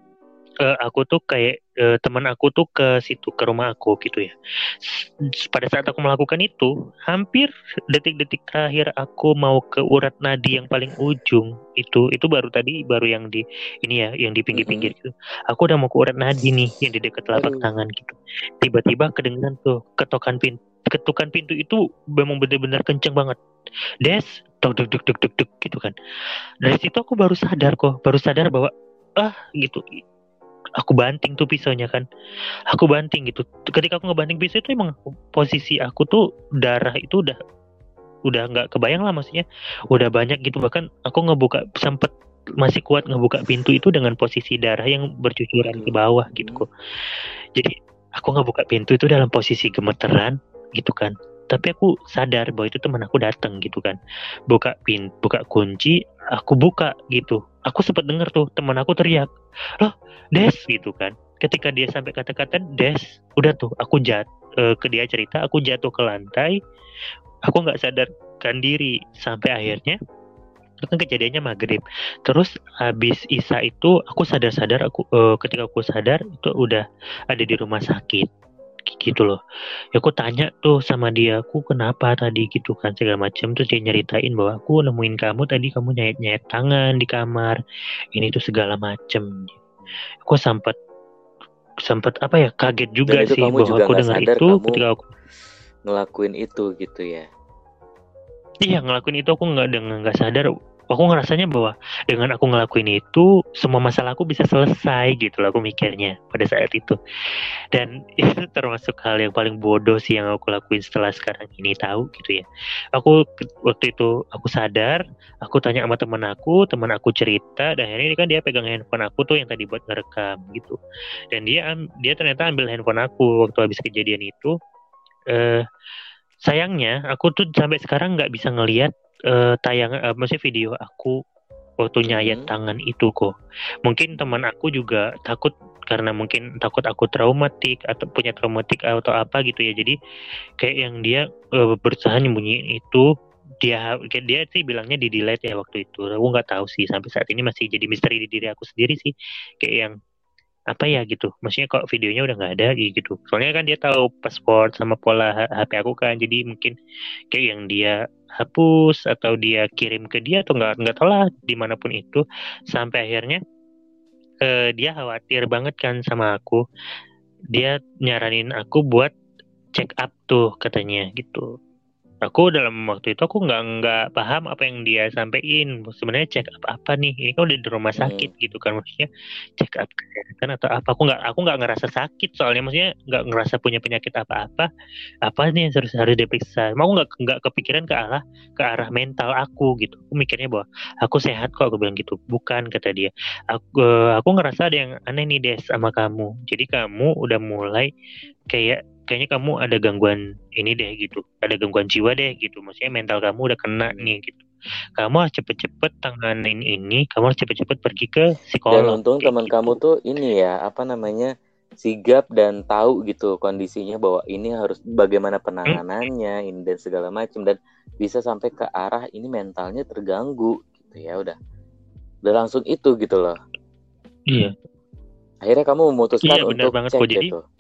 aku tuh kayak teman aku tuh ke situ, ke rumah aku gitu ya. Pada saat aku melakukan itu, hampir detik-detik terakhir aku mau ke urat nadi yang paling ujung itu baru yang di ini ya, yang di pinggir-pinggir gitu. Aku udah mau ke urat nadi nih yang di dekat telapak tangan gitu. Tiba-tiba kedengeran tuh ketukan pintu itu memang benar-benar kenceng banget. Des, duk duk duk duk duk duk gitu kan. Dari situ aku baru sadar bahwa gitu. Aku banting tuh pisaunya kan. Aku banting gitu. Ketika aku ngebanting pisau itu emang posisi aku tuh darah itu udah nggak kebayang lah, maksudnya udah banyak gitu. Bahkan aku sempet masih kuat ngebuka pintu itu dengan posisi darah yang bercucuran ke bawah gitu kok. Jadi aku ngebuka pintu itu dalam posisi gemeteran gitu kan. Tapi aku sadar bahwa itu teman aku datang gitu kan. Buka kunci, aku buka gitu. Aku sempat dengar tuh teman aku teriak, "Loh, Des," gitu kan. Ketika dia sampai kata-kata Des, udah tuh aku ke dia cerita, aku jatuh ke lantai. Aku nggak sadarkan diri sampai akhirnya itu kan kejadiannya maghrib. Terus habis isya itu aku sadar, ketika aku sadar itu udah ada di rumah sakit gitu loh. Ya aku tanya tuh sama dia, aku kenapa tadi gitu kan segala macam. Terus dia nyeritain bahwa aku nemuin kamu tadi, kamu nyayat tangan di kamar ini tuh segala macem. Aku sempat apa ya, kaget juga sih bahwa aku dengar itu ketika aku ngelakuin itu gitu ya. Iya, ngelakuin itu aku nggak sadar. aku ngerasanya bahwa dengan aku ngelakuin itu semua masalahku bisa selesai gitu loh, aku mikirnya pada saat itu. Dan itu termasuk hal yang paling bodoh sih yang aku lakuin setelah sekarang ini tahu gitu ya. Waktu itu aku sadar, aku tanya sama teman aku cerita, dan akhirnya ini kan dia pegang handphone aku tuh yang tadi buat ngerekam gitu. Dan dia ternyata ambil handphone aku waktu habis kejadian itu. Sayangnya aku tuh sampai sekarang nggak bisa ngelihat tayangan, maksudnya video aku waktu nyayat tangan itu kok. Mungkin teman aku juga takut karena mungkin takut aku traumatik atau punya traumatik atau apa gitu ya. Jadi kayak yang dia berusaha nyembunyiin itu, dia sih bilangnya di delete ya waktu itu. Aku nggak tahu sih, sampai saat ini masih jadi misteri di diri aku sendiri sih. Kayak yang apa ya gitu, maksudnya kok videonya udah nggak ada gitu. Soalnya kan dia tahu password sama pola HP aku kan, jadi mungkin kayak yang dia hapus atau dia kirim ke dia atau nggak tahu lah dimanapun itu. Sampai akhirnya dia khawatir banget kan sama aku, dia nyaranin aku buat check up tuh katanya gitu. Aku dalam waktu itu aku nggak paham apa yang dia sampein. Sebenarnya check up apa nih? Ini kan udah di rumah sakit gitu kan, maksudnya check up kesehatan atau apa? Aku nggak ngerasa sakit, soalnya maksudnya nggak ngerasa punya penyakit apa-apa. Apa nih yang harus diperiksa? Mau nggak kepikiran ke arah mental aku gitu. Aku mikirnya bahwa aku sehat kok, aku bilang gitu. Bukan, kata dia. Aku ngerasa ada yang aneh nih Des sama kamu. Jadi kamu udah mulai kayaknya kamu ada gangguan ini deh gitu, ada gangguan jiwa deh gitu, maksudnya mental kamu udah kena nih gitu. Kamu harus cepet-cepet tanganin ini, kamu harus cepet-cepet pergi ke Dan psikolog. untung teman gitu. kamu tuh ini ya, apa namanya, sigap dan tahu gitu kondisinya bahwa ini harus bagaimana penanganannya, ini dan segala macam, dan bisa sampai ke arah ini mentalnya terganggu gitu ya. Udah langsung itu gitu loh. Iya. Akhirnya kamu memutuskan Iya benar untuk banget cek kok. Jadi gitu.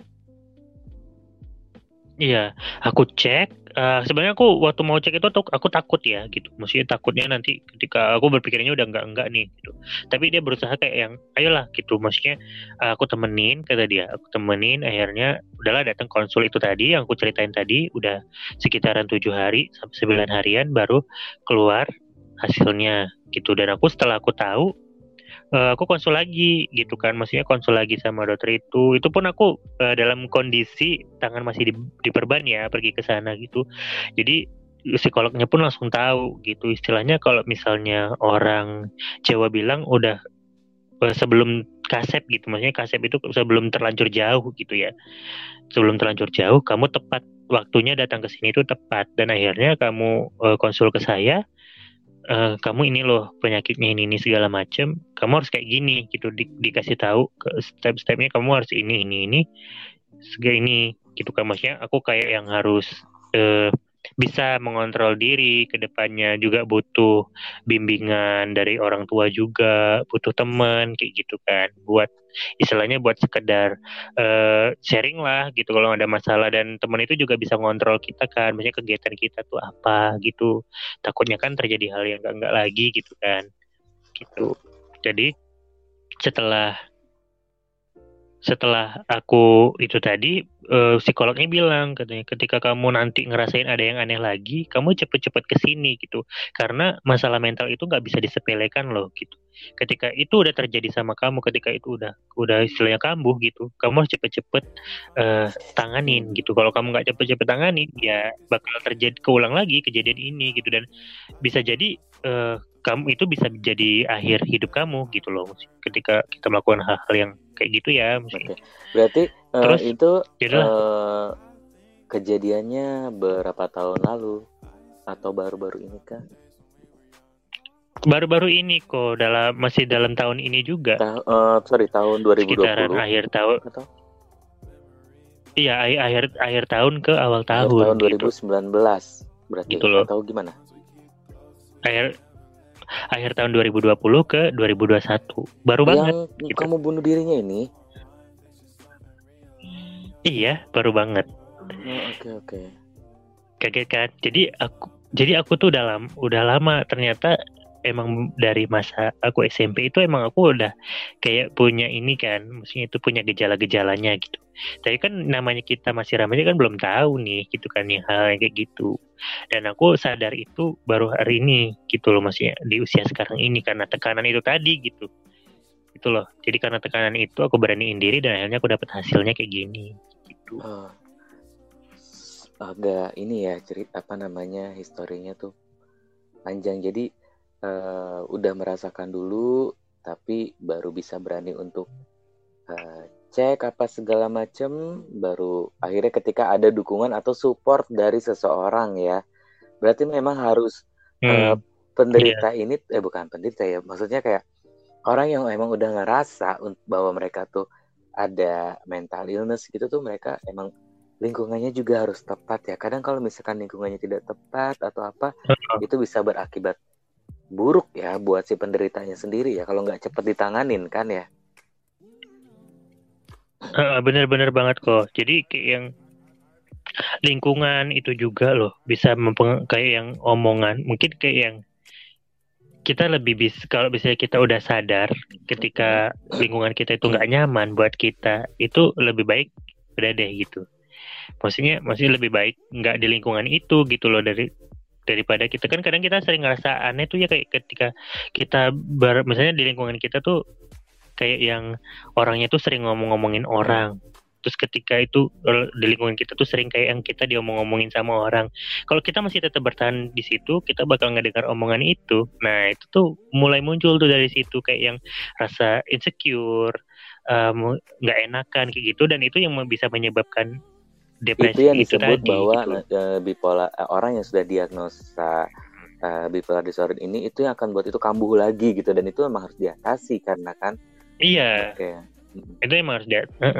iya, aku cek. Sebenarnya aku waktu mau cek itu aku takut ya gitu. Maksudnya takutnya nanti ketika aku berpikirnya udah enggak nih gitu. Tapi dia berusaha kayak yang ayolah gitu. Maksudnya aku temenin, kata dia. Aku temenin, akhirnya udahlah datang konsul itu tadi yang aku ceritain tadi. Udah sekitaran 7 hari sampai 9 harian baru keluar hasilnya gitu. Dan setelah aku tahu, aku konsul lagi gitu kan, maksudnya konsul lagi sama dokter itu pun aku dalam kondisi tangan masih diperban ya, pergi ke sana gitu. Jadi psikolognya pun langsung tahu gitu, istilahnya kalau misalnya orang Jawa bilang udah sebelum kasep gitu, maksudnya kasep itu sebelum terlanjur jauh gitu ya, sebelum terlanjur jauh kamu tepat waktunya datang ke sini itu tepat. Dan akhirnya kamu konsul ke saya, kamu ini loh penyakitnya ini segala macam, kamu harus kayak gini gitu, dikasih tahu ke step-stepnya, kamu harus ini segala ini gitu kan. Maksudnya aku kayak yang harus bisa mengontrol diri ke depannya, juga butuh bimbingan dari orang tua, juga butuh teman kayak gitu kan, buat istilahnya buat sekedar sharing lah gitu kalau ada masalah. Dan teman itu juga bisa ngontrol kita kan, maksudnya kegiatan kita tuh apa gitu, takutnya kan terjadi hal yang enggak lagi gitu kan gitu. Jadi setelah aku itu tadi, psikolognya bilang katanya ketika kamu nanti ngerasain ada yang aneh lagi, kamu cepet-cepet kesini gitu, karena masalah mental itu nggak bisa disepelekan loh gitu. Ketika itu udah terjadi sama kamu, ketika itu udah istilahnya kambuh gitu, kamu harus cepet-cepet tanganin gitu. Kalau kamu nggak cepet-cepet tanganin, ya bakal terjadi keulang lagi kejadian ini gitu. Dan bisa jadi kamu itu bisa jadi akhir hidup kamu gitu loh, ketika kita melakukan hal-hal yang kayak gitu ya. Oke. Berarti terus itu jadilah kejadiannya berapa tahun lalu atau baru-baru ini kah? Baru-baru ini kok, masih dalam tahun ini juga. Tahun 2020. Sekitaran akhir tahun. Atau? Iya, akhir tahun ke awal tahun. Akhir tahun gitu. 2019 berarti. Gitu loh. Atau gimana? Akhir tahun 2020 ke 2021. Baru banget. Yang kamu bunuh dirinya ini? Iya, baru banget. Oke. Kaget kan? Jadi aku tuh udah lama ternyata emang dari masa aku SMP itu emang aku udah kayak punya ini kan, maksudnya itu punya gejala-gejalanya gitu. Tapi kan namanya kita masih remaja kan belum tahu nih gitu kan yang hal kayak gitu. Dan aku sadar itu baru hari ini gitu loh, maksudnya di usia sekarang ini karena tekanan itu tadi gitu. Itu loh. Jadi karena tekanan itu aku beraniin diri dan akhirnya aku dapat hasilnya kayak gini gitu. Agak ini ya cerita apa namanya historinya tuh panjang. Jadi udah merasakan dulu tapi baru bisa berani untuk cek apa segala macem, baru akhirnya ketika ada dukungan atau support dari seseorang ya. Berarti memang harus penderita ini bukan penderita ya, maksudnya kayak orang yang emang udah ngerasa bahwa mereka tuh ada mental illness gitu tuh, mereka emang lingkungannya juga harus tepat ya. Kadang kalau misalkan lingkungannya tidak tepat atau apa, itu bisa berakibat buruk ya buat si penderitanya sendiri ya kalau nggak cepat ditanganin kan ya. Bener-bener banget kok. Jadi kayak yang lingkungan itu juga loh bisa kayak yang omongan, mungkin kayak yang kita lebih bisa, kalau misalnya kita udah sadar ketika lingkungan kita itu nggak nyaman buat kita, itu lebih baik udah deh gitu. Maksudnya lebih baik nggak di lingkungan itu gitu loh, daripada kita kan kadang kita sering ngerasa aneh tuh ya, kayak ketika kita misalnya di lingkungan kita tuh kayak yang orangnya tuh sering ngomong-ngomongin orang. Terus ketika itu di lingkungan kita tuh sering kayak yang kita diomong-ngomongin sama orang. Kalau kita masih tetap bertahan di situ, kita bakal ngedengar omongan itu. Nah itu tuh mulai muncul tuh dari situ kayak yang rasa insecure, nggak enakan kayak gitu, dan itu yang bisa menyebabkan depresi itu yang disebut tadi, bahwa gitu. bipolar, orang yang sudah diagnosa bipolar disorder ini itu yang akan buat itu kambuh lagi gitu, dan itu memang harus diatasi karena kan iya, itu emang harus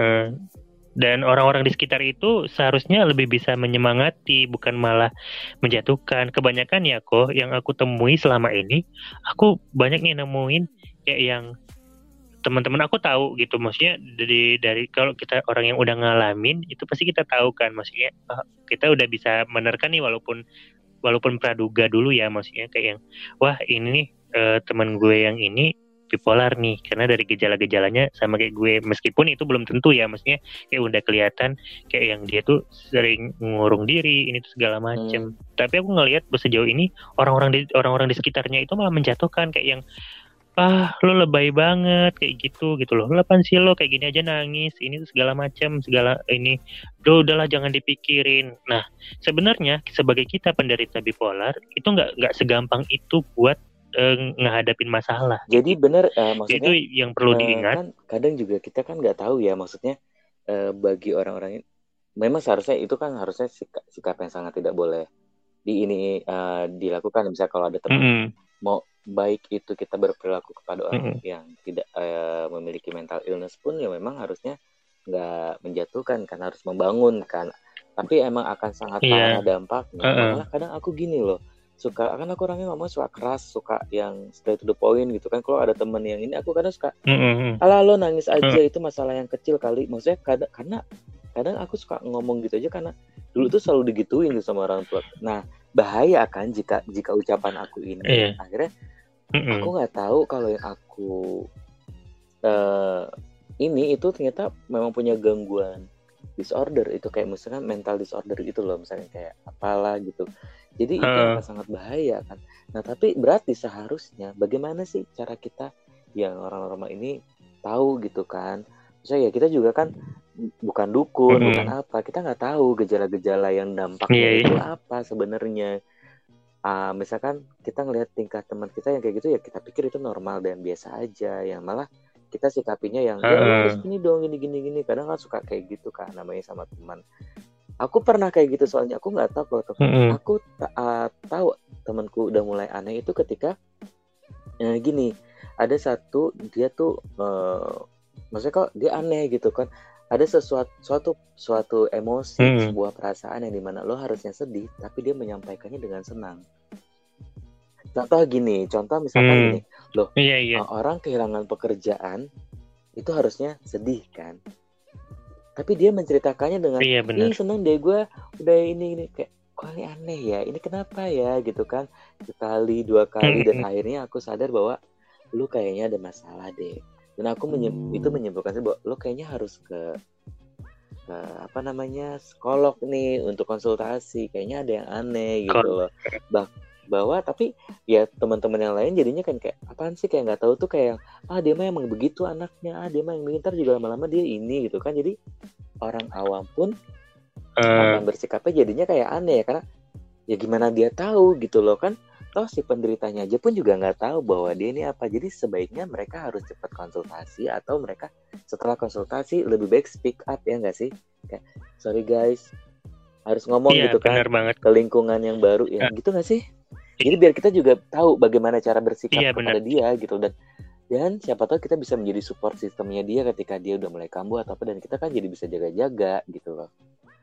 dan orang-orang di sekitar itu seharusnya lebih bisa menyemangati, bukan malah menjatuhkan. Kebanyakan ya kok yang aku temui selama ini, aku banyak nih nemuin kayak yang teman-teman aku tahu gitu, maksudnya dari kalau kita orang yang udah ngalamin itu pasti kita tahu kan, maksudnya kita udah bisa menerka nih, walaupun praduga dulu ya, maksudnya kayak yang wah ini nih teman gue yang ini bipolar nih karena dari gejala-gejalanya sama kayak gue, meskipun itu belum tentu ya, maksudnya kayak udah kelihatan kayak yang dia tuh sering ngurung diri ini tuh segala macem. Tapi aku ngelihat sejauh ini orang-orang di sekitarnya itu malah menjatuhkan kayak yang lo lebay banget kayak gitu loh, lo apaan sih lo kayak gini aja nangis ini tuh segala macam segala ini, udahlah jangan dipikirin. Nah sebenarnya sebagai kita penderita bipolar itu nggak segampang itu buat ngehadapin masalah. Jadi benar, maksudnya itu yang perlu diingat. Kan kadang juga kita kan nggak tahu ya, maksudnya bagi orang-orang ini memang seharusnya itu kan harusnya sikap yang sangat tidak boleh dilakukan. Misalnya kalau ada teman mau baik itu kita berperilaku kepada orang yang tidak memiliki mental illness pun ya memang harusnya nggak menjatuhkan kan, harus membangun kan. Tapi emang akan sangat parah dampaknya. Malah kadang aku gini loh, suka kan aku orangnya ngomong suka keras, suka yang straight to the point gitu kan. Kalau ada temen yang ini aku kadang suka alah lo nangis aja, itu masalah yang kecil kali. Maksudnya kadang aku suka ngomong gitu aja karena dulu tuh selalu digituin gitu sama orang tua. Nah bahaya kan jika ucapan aku ini akhirnya aku nggak tahu kalau yang aku ini itu ternyata memang punya gangguan disorder, itu kayak misalnya mental disorder gitu loh, misalnya kayak apalah gitu. Jadi itu akan sangat bahaya kan. Nah tapi berarti seharusnya bagaimana sih cara kita yang orang normal ini tahu gitu kan. Misalnya ya kita juga kan bukan dukun, bukan apa, kita nggak tahu gejala-gejala yang dampaknya itu apa sebenarnya. Misalkan kita ngelihat tingkah teman kita yang kayak gitu ya kita pikir itu normal dan biasa aja, yang malah kita sikapinya yang ya lu harus gini dong, gini. Kadang kan suka kayak gitu kan namanya sama teman. Aku pernah kayak gitu soalnya, aku nggak tahu kalau aku tahu temanku udah mulai aneh itu ketika gini, ada satu dia tuh maksudnya kok dia aneh gitu kan, ada suatu emosi, sebuah perasaan yang dimana lo harusnya sedih tapi dia menyampaikannya dengan senang. Contoh misalkan gini loh, orang kehilangan pekerjaan itu harusnya sedih kan, tapi dia menceritakannya dengan ih seneng deh gue udah ini kayak kok ini aneh ya, ini kenapa ya gitu kan, sekali dua kali, dan akhirnya aku sadar bahwa lu kayaknya ada masalah deh. Dan aku itu menyimpulkan sih bahwa lu kayaknya harus ke apa namanya, psikolog nih untuk konsultasi, kayaknya ada yang aneh gitu loh. Bahwa tapi ya teman-teman yang lain jadinya kan kayak apaan sih, kayak nggak tahu tuh, kayak dia mah emang begitu anaknya, dia mah yang ntar juga lama-lama dia ini gitu kan. Jadi orang awam pun akan bersikapnya jadinya kayak aneh ya, karena ya gimana dia tahu gitu loh kan, toh si penderitanya aja pun juga nggak tahu bahwa dia ini apa. Jadi sebaiknya mereka harus cepat konsultasi, atau mereka setelah konsultasi lebih baik speak up, ya nggak sih, kayak sorry guys, harus ngomong gitu kan ke lingkungan yang baru ya, gitu nggak sih? Jadi biar kita juga tahu bagaimana cara bersikap kepada dia gitu, dan siapa tahu kita bisa menjadi support sistemnya dia ketika dia udah mulai kambuh atau apa, dan kita kan jadi bisa jaga-jaga gitu loh.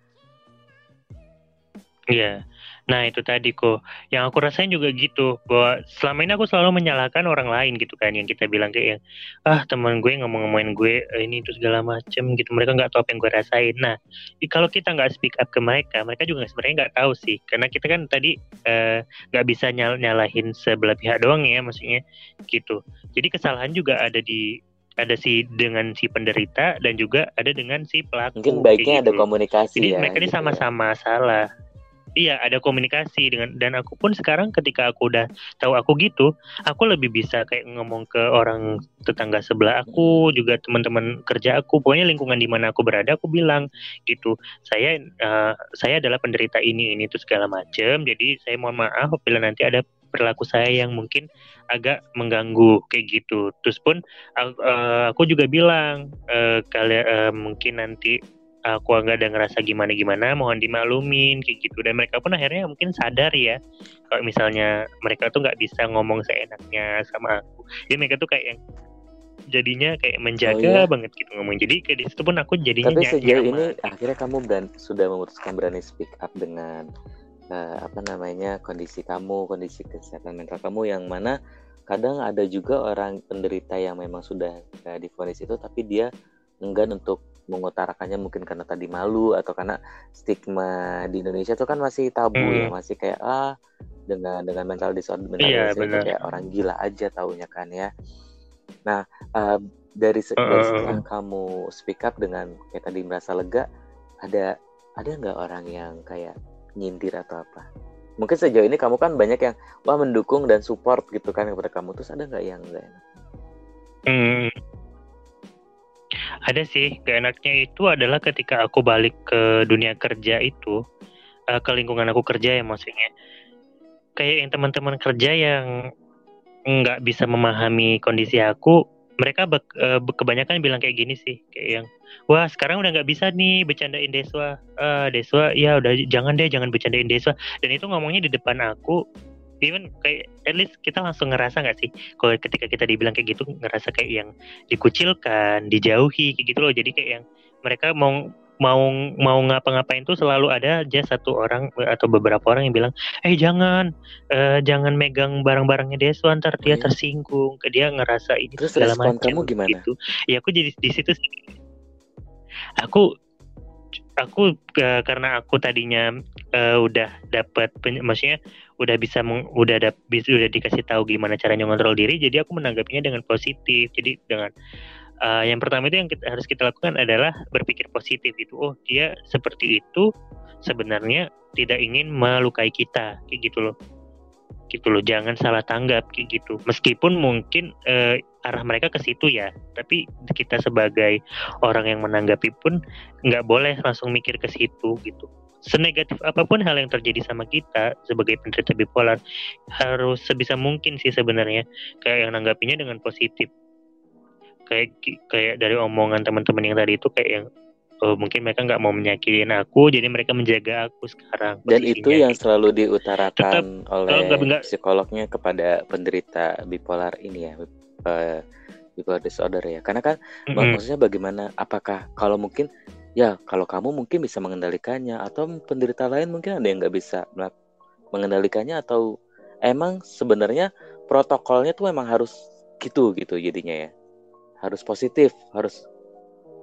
Iya, nah itu tadi kok yang aku rasain juga gitu, bahwa selama ini aku selalu menyalahkan orang lain gitu kan, yang kita bilang kayak yang teman gue ngomong-ngomongin gue ini itu segala macem gitu, mereka nggak tahu apa yang gue rasain. Nah kalau kita nggak speak up ke mereka, mereka juga sebenarnya nggak tahu sih, karena kita kan tadi nggak bisa nyalahin sebelah pihak doang ya, maksudnya gitu. Jadi kesalahan juga ada si dengan si penderita, dan juga ada dengan si pelaku. Mungkin baiknya ada komunikasi. Jadi ya, mereka ini gitu sama-sama salah. Iya, ada komunikasi dan aku pun sekarang ketika aku udah tahu aku gitu, aku lebih bisa kayak ngomong ke orang tetangga sebelah aku, juga teman-teman kerja aku, pokoknya lingkungan di mana aku berada, aku bilang gitu, saya adalah penderita ini tuh segala macam, jadi saya mohon maaf apabila nanti ada perilaku saya yang mungkin agak mengganggu kayak gitu. Terus pun aku juga bilang kalian mungkin nanti aku nggak ada ngerasa gimana-gimana, mohon dimaklumin kayak gitu. Dan mereka pun akhirnya mungkin sadar ya, kalau misalnya mereka tuh nggak bisa ngomong seenaknya sama aku. Jadi mereka tuh kayak yang jadinya kayak menjaga banget gitu ngomong. Jadi kayak di situ pun aku jadinya Tapi sejauh nyaman. ini akhirnya kamu sudah memutuskan berani speak up dengan kondisi kamu, kondisi kesehatan mental kamu, yang mana kadang ada juga orang penderita yang memang sudah divonis itu, tapi dia enggan untuk mengutarakannya, mungkin karena tadi malu, atau karena stigma di Indonesia itu kan masih tabu ya, masih kayak dengan mental disorder itu kayak orang gila aja taunya kan ya. Nah dari setelah kamu speak up dengan kayak tadi merasa lega, ada nggak orang yang kayak nyindir atau apa? Mungkin sejauh ini kamu kan banyak yang mendukung dan support gitu kan kepada kamu, terus ada nggak yang nggak enak? Ada sih, gak enaknya itu adalah ketika aku balik ke dunia kerja itu, ke lingkungan aku kerja ya, maksudnya kayak yang teman-teman kerja yang nggak bisa memahami kondisi aku, mereka kebanyakan bilang kayak gini sih, kayak yang wah sekarang udah nggak bisa nih bercandain Deswa, Deswa ya udah jangan bercandain Deswa, dan itu ngomongnya di depan aku. Even kayak at least kita langsung ngerasa nggak sih kalau ketika kita dibilang kayak gitu, ngerasa kayak yang dikucilkan, dijauhi kayak gitu loh. Jadi kayak yang mereka mau ngapa-ngapain tuh selalu ada aja satu orang atau beberapa orang yang bilang jangan megang barang-barangnya Deswa, ntar dia tersinggung, ke dia ngerasa ini terus segala respon macam kamu gimana? gitu. Ya aku jadi di situ sih, aku karena aku tadinya udah dapat, maksudnya udah dikasih tahu gimana caranya ngontrol diri, jadi aku menanggapinya dengan positif. Jadi dengan yang pertama itu yang harus kita lakukan adalah berpikir positif itu. Oh, dia seperti itu sebenarnya tidak ingin melukai kita, kayak gitu loh. Jangan salah tanggap kayak gitu. Meskipun mungkin arah mereka ke situ ya, tapi kita sebagai orang yang menanggapi pun nggak boleh langsung mikir ke situ gitu. Senegatif apapun hal yang terjadi sama kita sebagai penderita bipolar, harus sebisa mungkin sih sebenarnya kayak yang nanggapinya dengan positif. Kayak dari omongan teman-teman yang tadi itu, kayak yang mungkin mereka nggak mau menyakitin aku, jadi mereka menjaga aku sekarang. Dan itu yang gitu. selalu diutarakan oleh enggak, psikolognya kepada penderita bipolar ini ya, bipolar disorder ya. Karena kan maksudnya bagaimana, apakah kalau mungkin ya kalau kamu mungkin bisa mengendalikannya, atau penderita lain mungkin ada yang nggak bisa mengendalikannya, atau emang sebenarnya protokolnya tuh memang harus gitu jadinya ya, harus positif,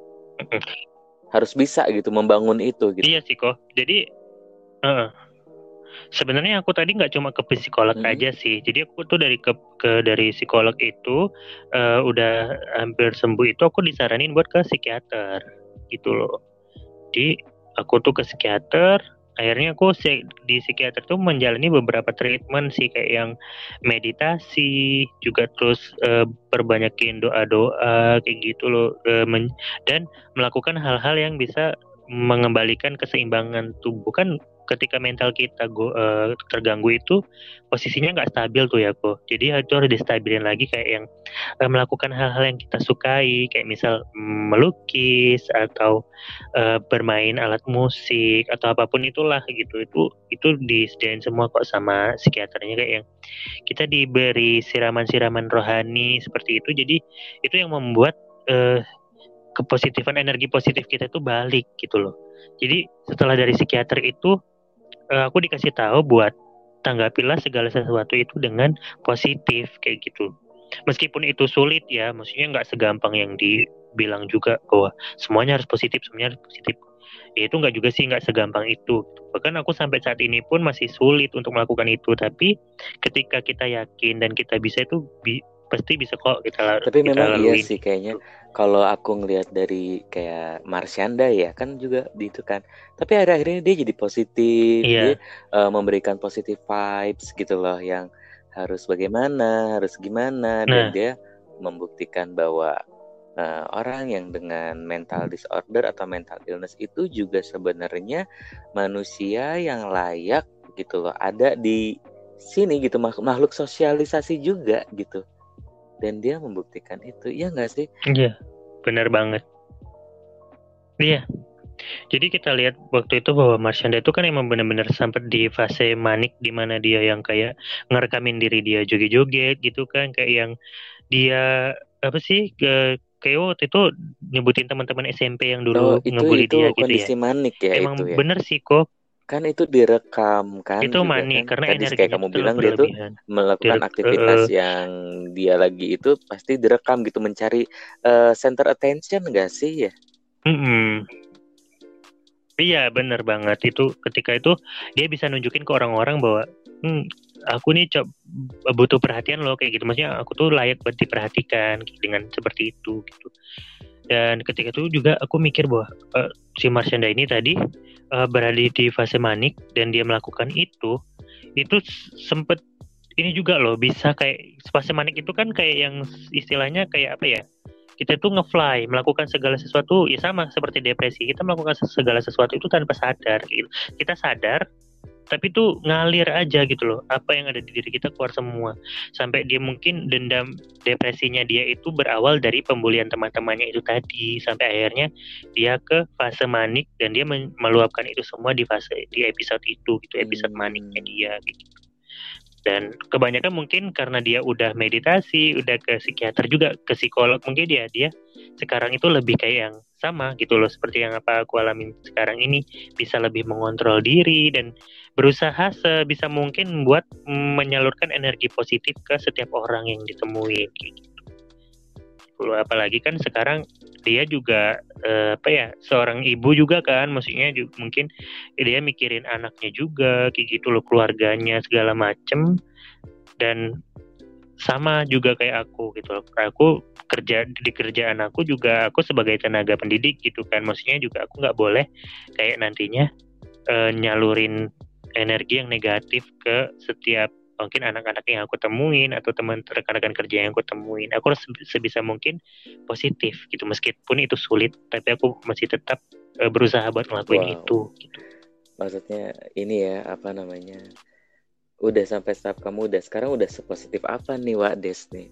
harus bisa gitu membangun itu gitu. Iya sih kok. Jadi Sebenarnya aku tadi nggak cuma ke psikolog aja sih. Jadi aku tuh dari psikolog itu udah hampir sembuh itu aku disaranin buat ke psikiater gitu loh. Jadi aku tuh ke psikiater. Akhirnya aku di psikiater tuh menjalani beberapa treatment sih kayak yang meditasi juga terus perbanyakin doa-doa kayak gitu loh dan melakukan hal-hal yang bisa mengembalikan keseimbangan tubuh kan ketika mental kita terganggu itu posisinya nggak stabil tuh ya kok jadi itu harus distabilin lagi kayak yang melakukan hal-hal yang kita sukai kayak misal melukis atau bermain alat musik atau apapun itulah gitu itu disediain semua kok sama psikiaternya kayak yang kita diberi siraman-siraman rohani seperti itu jadi itu yang membuat kepositifan energi positif kita itu balik gitu loh jadi setelah dari psikiater itu aku dikasih tahu buat tanggapilah segala sesuatu itu dengan positif kayak gitu meskipun itu sulit ya maksudnya nggak segampang yang dibilang juga bahwa semuanya harus positif semuanya harus positif ya itu nggak juga sih nggak segampang itu bahkan aku sampai saat ini pun masih sulit untuk melakukan itu tapi ketika kita yakin dan kita bisa itu pasti bisa kok Tapi kita memang iya laluin sih kayaknya kalau aku ngelihat dari kayak Marsyanda ya kan juga itu kan. Tapi akhir-akhir ini dia jadi positif, dia iya memberikan positive vibes gitu loh yang harus bagaimana, harus gimana dan nah dia membuktikan bahwa orang yang dengan mental disorder atau mental illness itu juga sebenarnya manusia yang layak gitu loh ada di sini gitu makhluk sosialisasi juga gitu dan dia membuktikan itu iya nggak sih. iya benar banget iya jadi kita lihat waktu itu bahwa Marshanda itu kan emang benar-benar sampai di fase manik di mana dia yang kayak ngerekamin diri dia joget-joget gitu kan kayak yang dia apa sih kayak waktu itu nyebutin teman-teman SMP yang Oh dulu itu ngebully dia gitu ya kondisi manik ya itu emang ya bener sih kok kan itu direkam kan itu juga manik kan karena tadi kayak energinya kamu itu terlalu bilang dia tuh berlebihan melakukan aktivitas yang dia lagi itu pasti direkam gitu mencari center attention nggak sih ya. mm-mm. Iya bener banget itu ketika itu dia bisa nunjukin ke orang-orang bahwa aku nih butuh perhatian loh kayak gitu maksudnya aku tuh layak buat diperhatikan dengan seperti itu gitu dan ketika itu juga aku mikir bahwa si Marsyanda ini tadi berada di fase manik dan dia melakukan itu sempet ini juga loh bisa kayak fase manik itu kan kayak yang istilahnya kayak apa ya kita tuh ngefly melakukan segala sesuatu ya sama seperti depresi kita melakukan segala sesuatu itu tanpa sadar gitu. Kita sadar tapi tuh ngalir aja gitu loh apa yang ada di diri kita keluar semua sampai dia mungkin dendam depresinya dia itu berawal dari pembulian teman-temannya itu tadi sampai akhirnya dia ke fase manik dan dia meluapkan itu semua di episode itu gitu episode maniknya dia gitu dan kebanyakan mungkin karena dia udah meditasi, udah ke psikiater juga, ke psikolog mungkin dia sekarang itu lebih kayak yang sama gitu loh, seperti yang apa aku alamin sekarang ini bisa lebih mengontrol diri dan berusaha sebisa mungkin buat menyalurkan energi positif ke setiap orang yang ditemui gitu. Apalagi kan sekarang dia juga apa ya seorang ibu juga kan maksudnya juga, mungkin dia mikirin anaknya juga kayak gitu loh keluarganya segala macem dan sama juga kayak aku gitu loh aku kerja di kerjaan aku juga aku sebagai tenaga pendidik gitu kan maksudnya juga aku nggak boleh kayak nantinya nyalurin energi yang negatif ke setiap mungkin anak-anak yang aku temuin atau teman rekan-rekan kerja yang aku temuin aku harus sebisa mungkin positif gitu meskipun itu sulit tapi aku masih tetap berusaha buat ngelakuin itu gitu. Maksudnya ini ya apa namanya udah sampai tahap kamu udah sekarang udah sepositif apa nih Wak Des nih.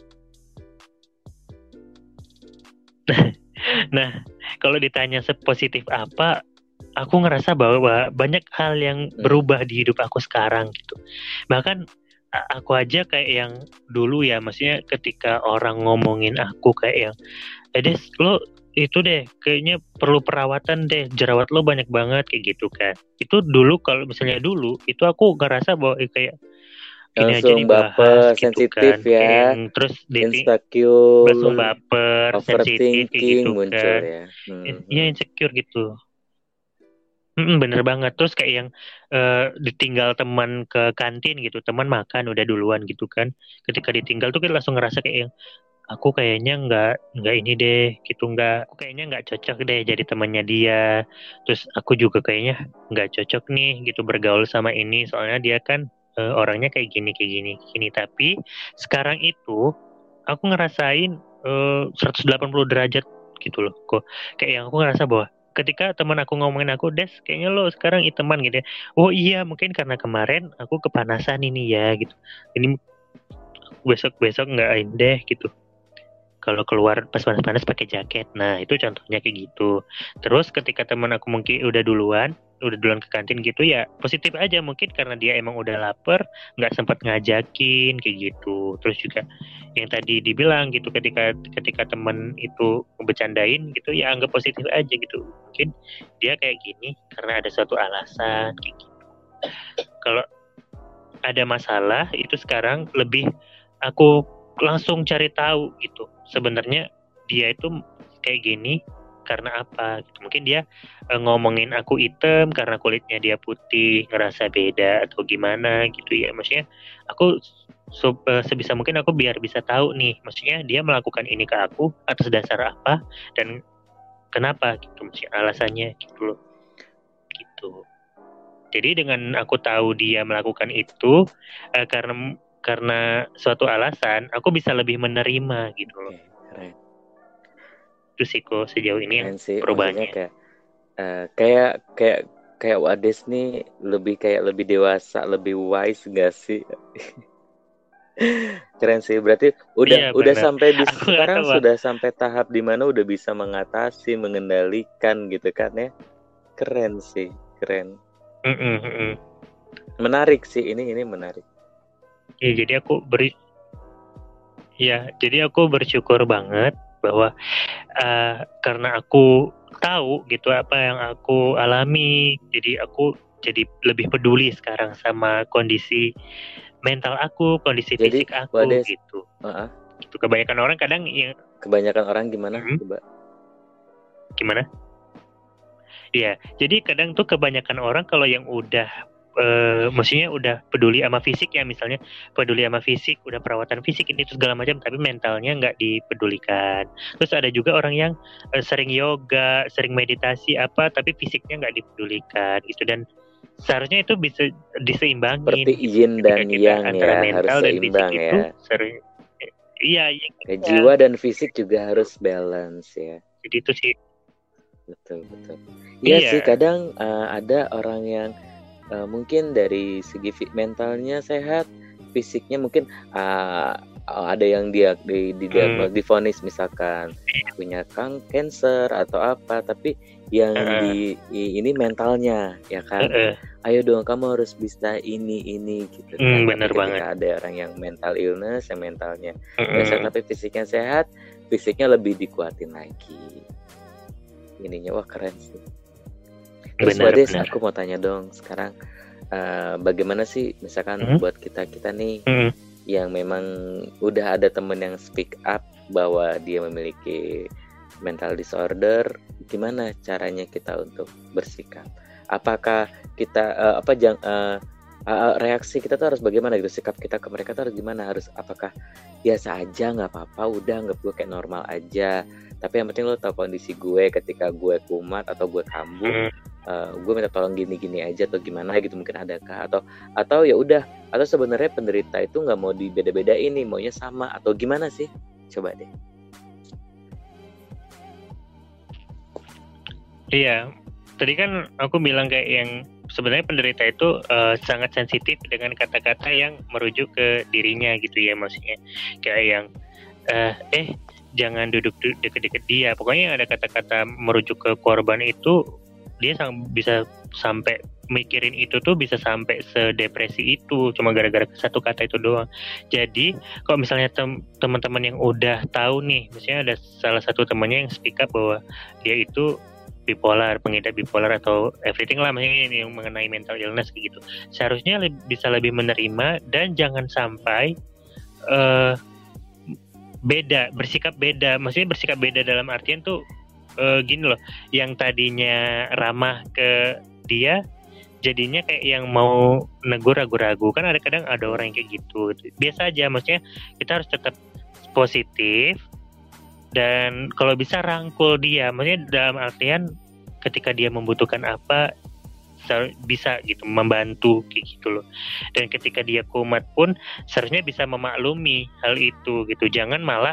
Nah kalau ditanya sepositif apa aku ngerasa bahwa banyak hal yang berubah di hidup aku sekarang gitu. Bahkan aku aja kayak yang dulu ya, maksudnya ketika orang ngomongin aku kayak yang, Des, lo itu deh, kayaknya perlu perawatan deh, jerawat lo banyak banget kayak gitu kan. Itu dulu kalau misalnya dulu, itu aku ngerasa bahwa kayak gini aja Langsung dibahas baper, gitu sensitif kan. Kayak yang ya, terus dating langsung insecure, baper, sensitif kayak overthinking gitu muncul kan. ya. Ya insecure gitu. Bener banget. Terus kayak yang ditinggal teman ke kantin gitu, teman makan udah duluan gitu kan. Ketika ditinggal tuh kita langsung ngerasa kayak yang aku kayaknya nggak ini deh gitu, nggak, aku kayaknya nggak cocok deh jadi temannya dia. Terus aku juga kayaknya nggak cocok nih gitu bergaul sama ini, soalnya dia kan orangnya kayak gini kayak gini gini. Tapi sekarang itu aku ngerasain 180 derajat gitu loh kok. Kayak yang aku ngerasa bahwa ketika teman aku ngomongin aku, Des kayaknya lo sekarang iteman gitu ya, oh iya mungkin karena kemarin aku kepanasan ini ya gitu, ini besok besok nggak deh gitu kalau keluar pas panas-panas pakai jaket. Nah, itu contohnya kayak gitu. Terus ketika teman aku mungkin udah duluan ke kantin gitu ya, positif aja mungkin karena dia emang udah lapar, nggak sempat ngajakin kayak gitu. Terus juga yang tadi dibilang gitu, ketika ketika teman itu bercandain gitu ya anggap positif aja gitu. Mungkin dia kayak gini karena ada suatu alasan kayak gitu. Kalau ada masalah itu sekarang lebih aku langsung cari tahu gitu. Sebenarnya dia itu kayak gini karena apa gitu. Mungkin dia ngomongin aku hitam karena kulitnya dia putih, ngerasa beda atau gimana gitu ya. Maksudnya aku sebisa mungkin aku biar bisa tahu nih, maksudnya dia melakukan ini ke aku atas dasar apa dan kenapa gitu, maksudnya alasannya gitu loh. Gitu. Jadi dengan aku tahu dia melakukan itu karena suatu alasan, aku bisa lebih menerima gitu loh. Keren. Itu sih kok sejauh ini yang Keren sih, maksudnya perubahannya. kayak Wades nih lebih dewasa, lebih wise gak sih? Keren sih, berarti Iya udah benar. sampai Aku nggak sekarang tahu. sudah sampai tahap di mana udah bisa mengatasi, mengendalikan gitu kan ya. Keren sih, keren. Menarik sih, ini menarik. Ya, jadi aku bersyukur banget bahwa karena aku tahu gitu apa yang aku alami, jadi aku jadi lebih peduli sekarang sama kondisi mental aku, kondisi Jadi fisik aku Wades, gitu. Gitu. Kebanyakan orang kadang yang kebanyakan orang gimana? Coba. gimana? Iya, jadi kadang tuh kebanyakan orang kalau yang udah maksudnya udah peduli sama fisik ya, misalnya peduli sama fisik, udah perawatan fisik ini itu segala macam, tapi mentalnya nggak dipedulikan. Terus ada juga orang yang sering yoga, sering meditasi apa, tapi fisiknya nggak dipedulikan gitu. Dan seharusnya itu bisa diseimbangin Seperti gitu. yin Ketika dan kita yang antara ya, harus mental dan fisik seimbang itu ya. sering, iya, iya. Jiwa dan fisik juga harus balance ya. Jadi itu sih. Betul. Iya sih, Iya. kadang ada orang yang mungkin dari segi mentalnya sehat, fisiknya mungkin ada yang divonis misalkan punya cancer atau apa, tapi yang ini mentalnya ya kan. Ayo dong, kamu harus bisa ini gitu kan. Tapi Bener banget. ketika ada orang yang mental illness, yang mentalnya sehat tapi fisiknya sehat, fisiknya lebih dikuatin lagi. Ininya wah keren sih. Terus Wades, aku mau tanya dong sekarang, bagaimana sih misalkan buat kita nih yang memang udah ada temen yang speak up bahwa dia memiliki mental disorder, gimana caranya kita untuk bersikap? Apakah kita reaksi kita tuh harus bagaimana gitu, sikap kita ke mereka tuh harus gimana, harus apakah biasa aja nggak apa-apa, udah anggap gue kayak normal aja, tapi yang penting lo tau kondisi gue ketika gue kumat atau gue kambuh, gue minta tolong gini aja atau gimana gitu, mungkin adakah atau ya udah, atau sebenarnya penderita itu nggak mau dibeda-bedain nih, maunya sama atau gimana sih? Coba deh. Iya, tadi kan aku bilang kayak yang sebenarnya penderita itu sangat sensitif dengan kata-kata yang merujuk ke dirinya gitu ya, maksudnya kayak yang jangan duduk deket-deket dia. Pokoknya ada kata-kata merujuk ke korban itu, dia bisa sampai mikirin itu tuh bisa sampai sedepresi itu cuma gara-gara satu kata itu doang. Jadi kalau misalnya teman-teman yang udah tahu nih, misalnya ada salah satu temannya yang speak up bahwa dia itu bipolar, pengidap bipolar atau everything lah, maksudnya ini yang mengenai mental illness gitu. Seharusnya bisa lebih menerima dan jangan sampai bersikap beda. Maksudnya bersikap beda dalam artian tuh gini loh, yang tadinya ramah ke dia jadinya kayak yang mau negur ragu-ragu. Kan ada kadang ada orang yang kayak gitu. Biasa aja, maksudnya kita harus tetap positif dan kalau bisa rangkul dia. Maksudnya dalam artian ketika dia membutuhkan apa bisa gitu membantu kayak gitu loh. Dan ketika dia kumat pun seharusnya bisa memaklumi hal itu gitu. Jangan malah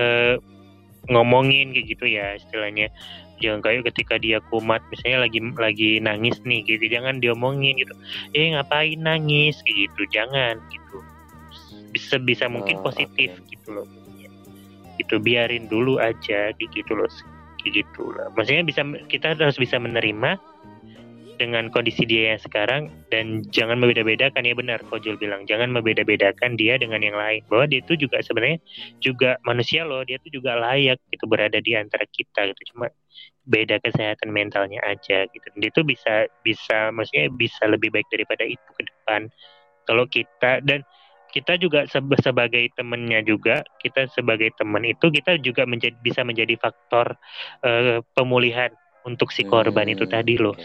ngomongin kayak gitu ya istilahnya. Jangan kayak ketika dia kumat misalnya lagi nangis nih gitu, jangan diomongin gitu. Ngapain nangis kayak gitu, jangan gitu. Bisa mungkin positif gitu loh. Itu biarin dulu aja kayak gitu loh. Kayak gitu lah. Maksudnya kita harus bisa menerima dengan kondisi dia yang sekarang dan jangan membeda-bedakan. Ya benar Kojul bilang, jangan membeda-bedakan dia dengan yang lain, bahwa dia itu juga sebenarnya juga manusia loh, dia itu juga layak gitu berada di antara kita gitu, cuma beda kesehatan mentalnya aja gitu. Dia itu bisa maksudnya bisa lebih baik daripada itu ke depan kalau kita, dan kita juga sebagai temannya juga, kita sebagai teman itu kita juga bisa menjadi faktor pemulihan untuk si korban itu tadi loh.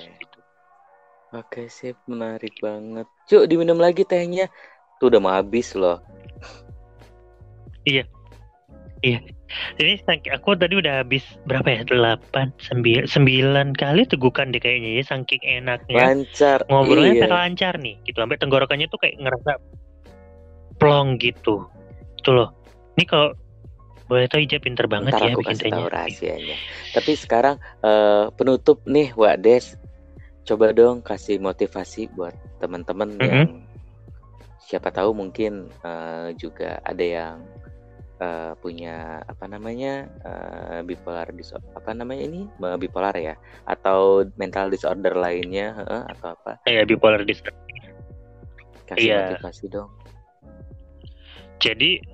Oke, sip, menarik banget. Cuk, diminum lagi tehnya. Tuh udah mau habis loh. Iya. Jadi aku tadi udah habis berapa ya? 9 kali tegukan deh kayaknya ya, saking enaknya. Lancar. Ngobrolnya lancar nih gitu. Sampai tenggorokannya tuh kayak ngerasa plong gitu. Tuh loh. Ini kalau boleh tahu Ija pinter banget ntar ya aku bikin kasih tahu tehnya. Rahasianya. Tapi sekarang penutup nih Wak Des. Coba dong kasih motivasi buat teman-teman yang siapa tahu mungkin juga ada yang punya bipolar bipolar ya, atau mental disorder lainnya atau apa? Bipolar disorder. Kasih motivasi dong. Jadi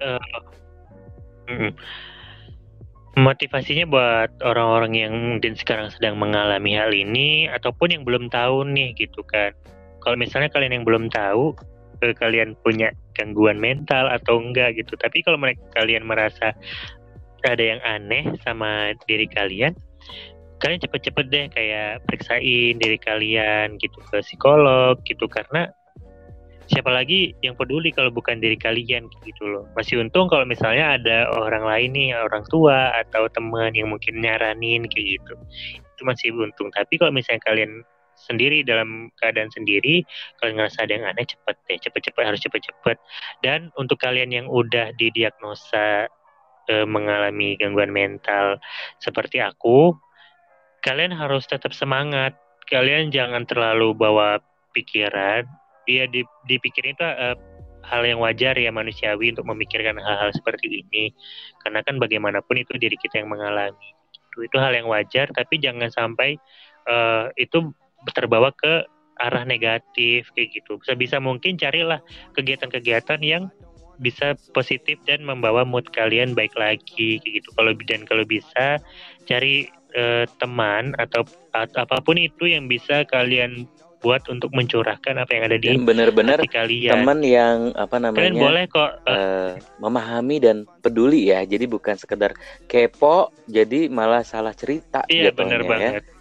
motivasinya buat orang-orang yang mungkin sekarang sedang mengalami hal ini ataupun yang belum tahu nih gitu kan. Kalau misalnya kalian yang belum tahu kalian punya gangguan mental atau enggak gitu, tapi kalau kalian merasa ada yang aneh sama diri kalian cepet-cepet deh kayak periksain diri kalian gitu ke psikolog gitu, karena siapa lagi yang peduli kalau bukan diri kalian gitu loh. Masih untung kalau misalnya ada orang lain nih, orang tua atau teman yang mungkin nyaranin kayak gitu, itu masih untung. Tapi kalau misalnya kalian sendiri dalam keadaan sendiri, kalau ngerasa ada yang aneh, harus cepet. Dan untuk kalian yang udah didiagnosa mengalami gangguan mental seperti aku, kalian harus tetap semangat. Kalian jangan terlalu bawa pikiran. Dipikirin itu hal yang wajar ya, manusiawi untuk memikirkan hal-hal seperti ini, karena kan bagaimanapun itu diri kita yang mengalami. Itu hal yang wajar, tapi jangan sampai itu terbawa ke arah negatif kayak gitu. Sebisa mungkin carilah kegiatan-kegiatan yang bisa positif dan membawa mood kalian baik lagi kayak gitu. Kalau bisa cari teman atau apapun itu yang bisa kalian buat untuk mencurahkan apa yang ada di benar-benar hati kalian. Teman yang kalian boleh kok memahami dan peduli ya. Jadi bukan sekedar kepo, jadi malah salah cerita. Iya, benar banget. Ya?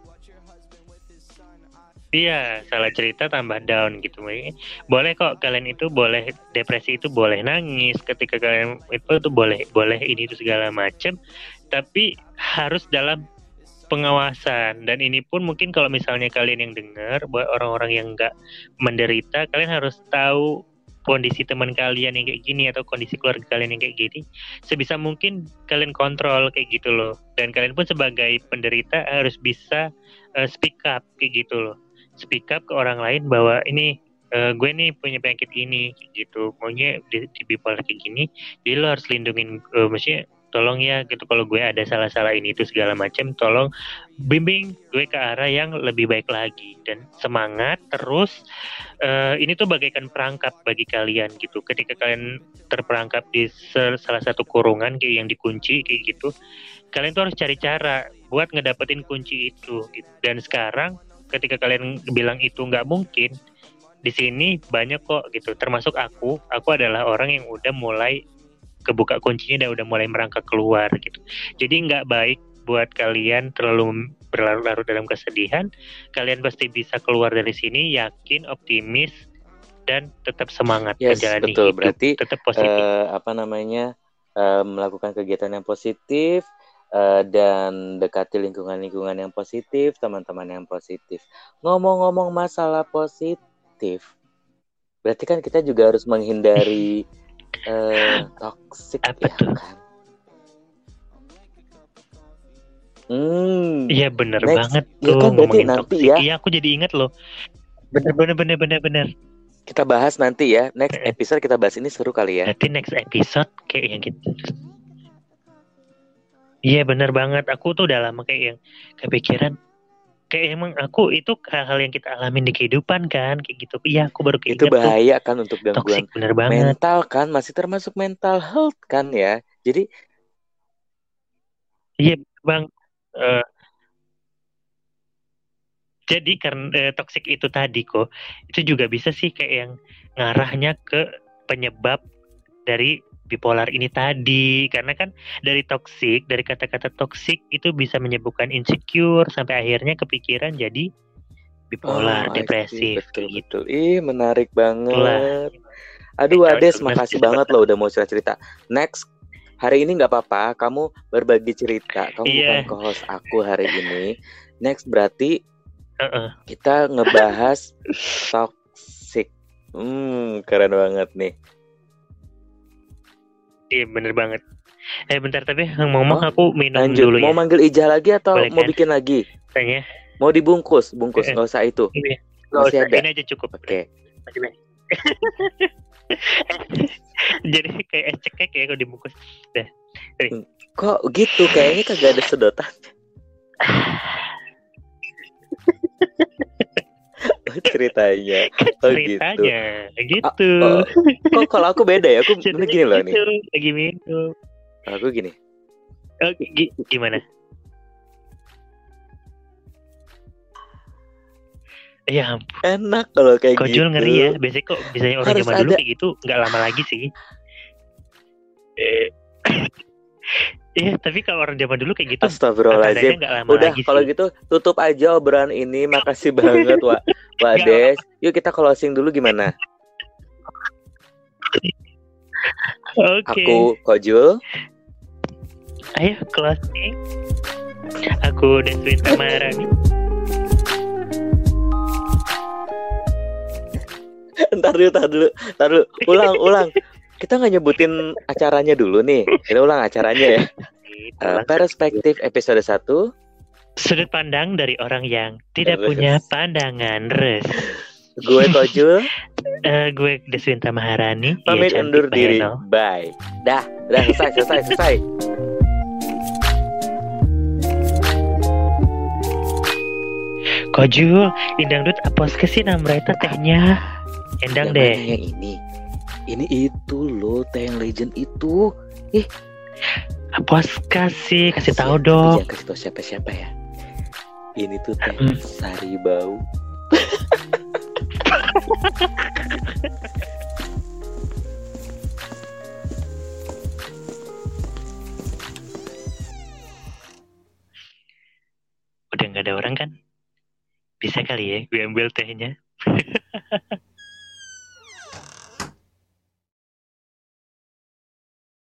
Iya, salah cerita tambah down gitu. Boleh kok kalian itu, boleh depresi itu, boleh nangis ketika kalian itu boleh ini itu segala macam, tapi harus dalam pengawasan. Dan ini pun mungkin kalau misalnya kalian yang dengar, buat orang-orang yang nggak menderita, kalian harus tahu kondisi teman kalian yang kayak gini atau kondisi keluarga kalian yang kayak gini, sebisa mungkin kalian kontrol kayak gitu loh. Dan kalian pun sebagai penderita harus bisa speak up kayak gitu loh. Speak up ke orang lain bahwa ini gue nih punya penyakit ini gitu, maunya di bipolar kayak gini, jadi lo harus lindungin, maksudnya tolong ya gitu, kalau gue ada salah-salah ini itu segala macam, tolong bimbing gue ke arah yang lebih baik lagi. Dan semangat terus. Ini tuh bagaikan perangkap bagi kalian gitu. Ketika kalian terperangkap di salah satu kurungan kayak yang dikunci kayak gitu, kalian tuh harus cari cara buat ngedapetin kunci itu gitu. Dan sekarang ketika kalian bilang itu nggak mungkin, di sini banyak kok gitu, termasuk aku adalah orang yang udah mulai kebuka kuncinya dan udah mulai merangkak keluar gitu. Jadi nggak baik buat kalian terlalu berlarut-larut dalam kesedihan. Kalian pasti bisa keluar dari sini yakin, optimis, dan tetap semangat Yes, menjalani betul. hidup. Berarti Tetap positif. melakukan kegiatan yang positif dan dekati lingkungan-lingkungan yang positif, teman-teman yang positif. Ngomong-ngomong masalah positif, berarti kan kita juga harus menghindari toxic Apa ya tuh? kan? Iya bener Next, banget ya tuh kan berarti ngomongin nanti toxic. ya Iya aku jadi ingat loh. Bener. kita bahas nanti ya. Next episode kita bahas ini seru kali ya. Nanti next episode kayak yang gitu. Iya bener banget. Aku tuh udah lama kayak yang kepikiran. Kayak emang aku itu hal-hal yang kita alamin di kehidupan kan. Kayak gitu. Iya aku baru Itu keinget tuh. bahaya kan untuk gangguan Toxic bener banget. mental kan, masih termasuk mental health kan ya. Jadi Iya bang. Eh, jadi karena toxic itu tadi kok. Itu juga bisa sih kayak yang ngarahnya ke penyebab dari bipolar ini tadi, karena kan dari toxic, dari kata-kata toxic itu bisa menyebabkan insecure sampai akhirnya kepikiran jadi bipolar, I see. depresif Betul kayak gitu. betul. Ih, menarik Itulah. banget. Aduh, Ades, makasih banget loh udah mau cerita. Next, hari ini nggak apa-apa, kamu berbagi cerita. Kamu bukan Iya. co-host aku hari ini. Next berarti kita ngebahas toxic. Keren banget nih. Iya bener banget. Bentar tapi ngomong aku minum Lanjut. dulu Mau ya. manggil Ija lagi atau Boleh mau kan? bikin lagi? Tanya. Mau dibungkus, nggak usah itu. Iya. Masih ada. Ini aja cukup. Oke. Jadi kayak ecek kayak kalau dibungkus. Dah. Kok gitu? Kayaknya kagak ada sedotan. Ceritanya. Gitu. Kok kalau aku beda ya? Aku gini loh nih. Lagi minum. Aku gini. Gimana? Ya ampun. Enak kalau kayak gitu. Kojol ngeri ya. Biasanya kok bisanya orang zaman dulu kayak gitu nggak lama lagi sih. Iya, tapi kalau orang zaman dulu kayak gitu Astagfirullahaladzim. Udah kalau gitu tutup aja obrolan ini. Makasih banget Wak Des. Yuk kita closing dulu gimana? Oke. Aku Kojul. Ayo closing. Aku Deswita Maharani. Ntar dulu. Ulang. Kita nggak nyebutin acaranya dulu nih. Kita ulang acaranya ya. Perspektif episode 1. Sudut pandang dari orang yang tidak punya pandangan res. Gue Kojul. Gue Deswinta Maharani. Pamit undur diri. Bye. Dah selesai. Kojul, indang dut apos kesin amreta tehnya. Endang deh. Yang ini. Ini itu loh, teh yang legend itu. Apos kasih tahu dong. Jangan kasih tahu siapa-siapa ya. Ini tuh teh sari bau. Udah nggak ada orang kan? Bisa kali ya gue ambil tehnya.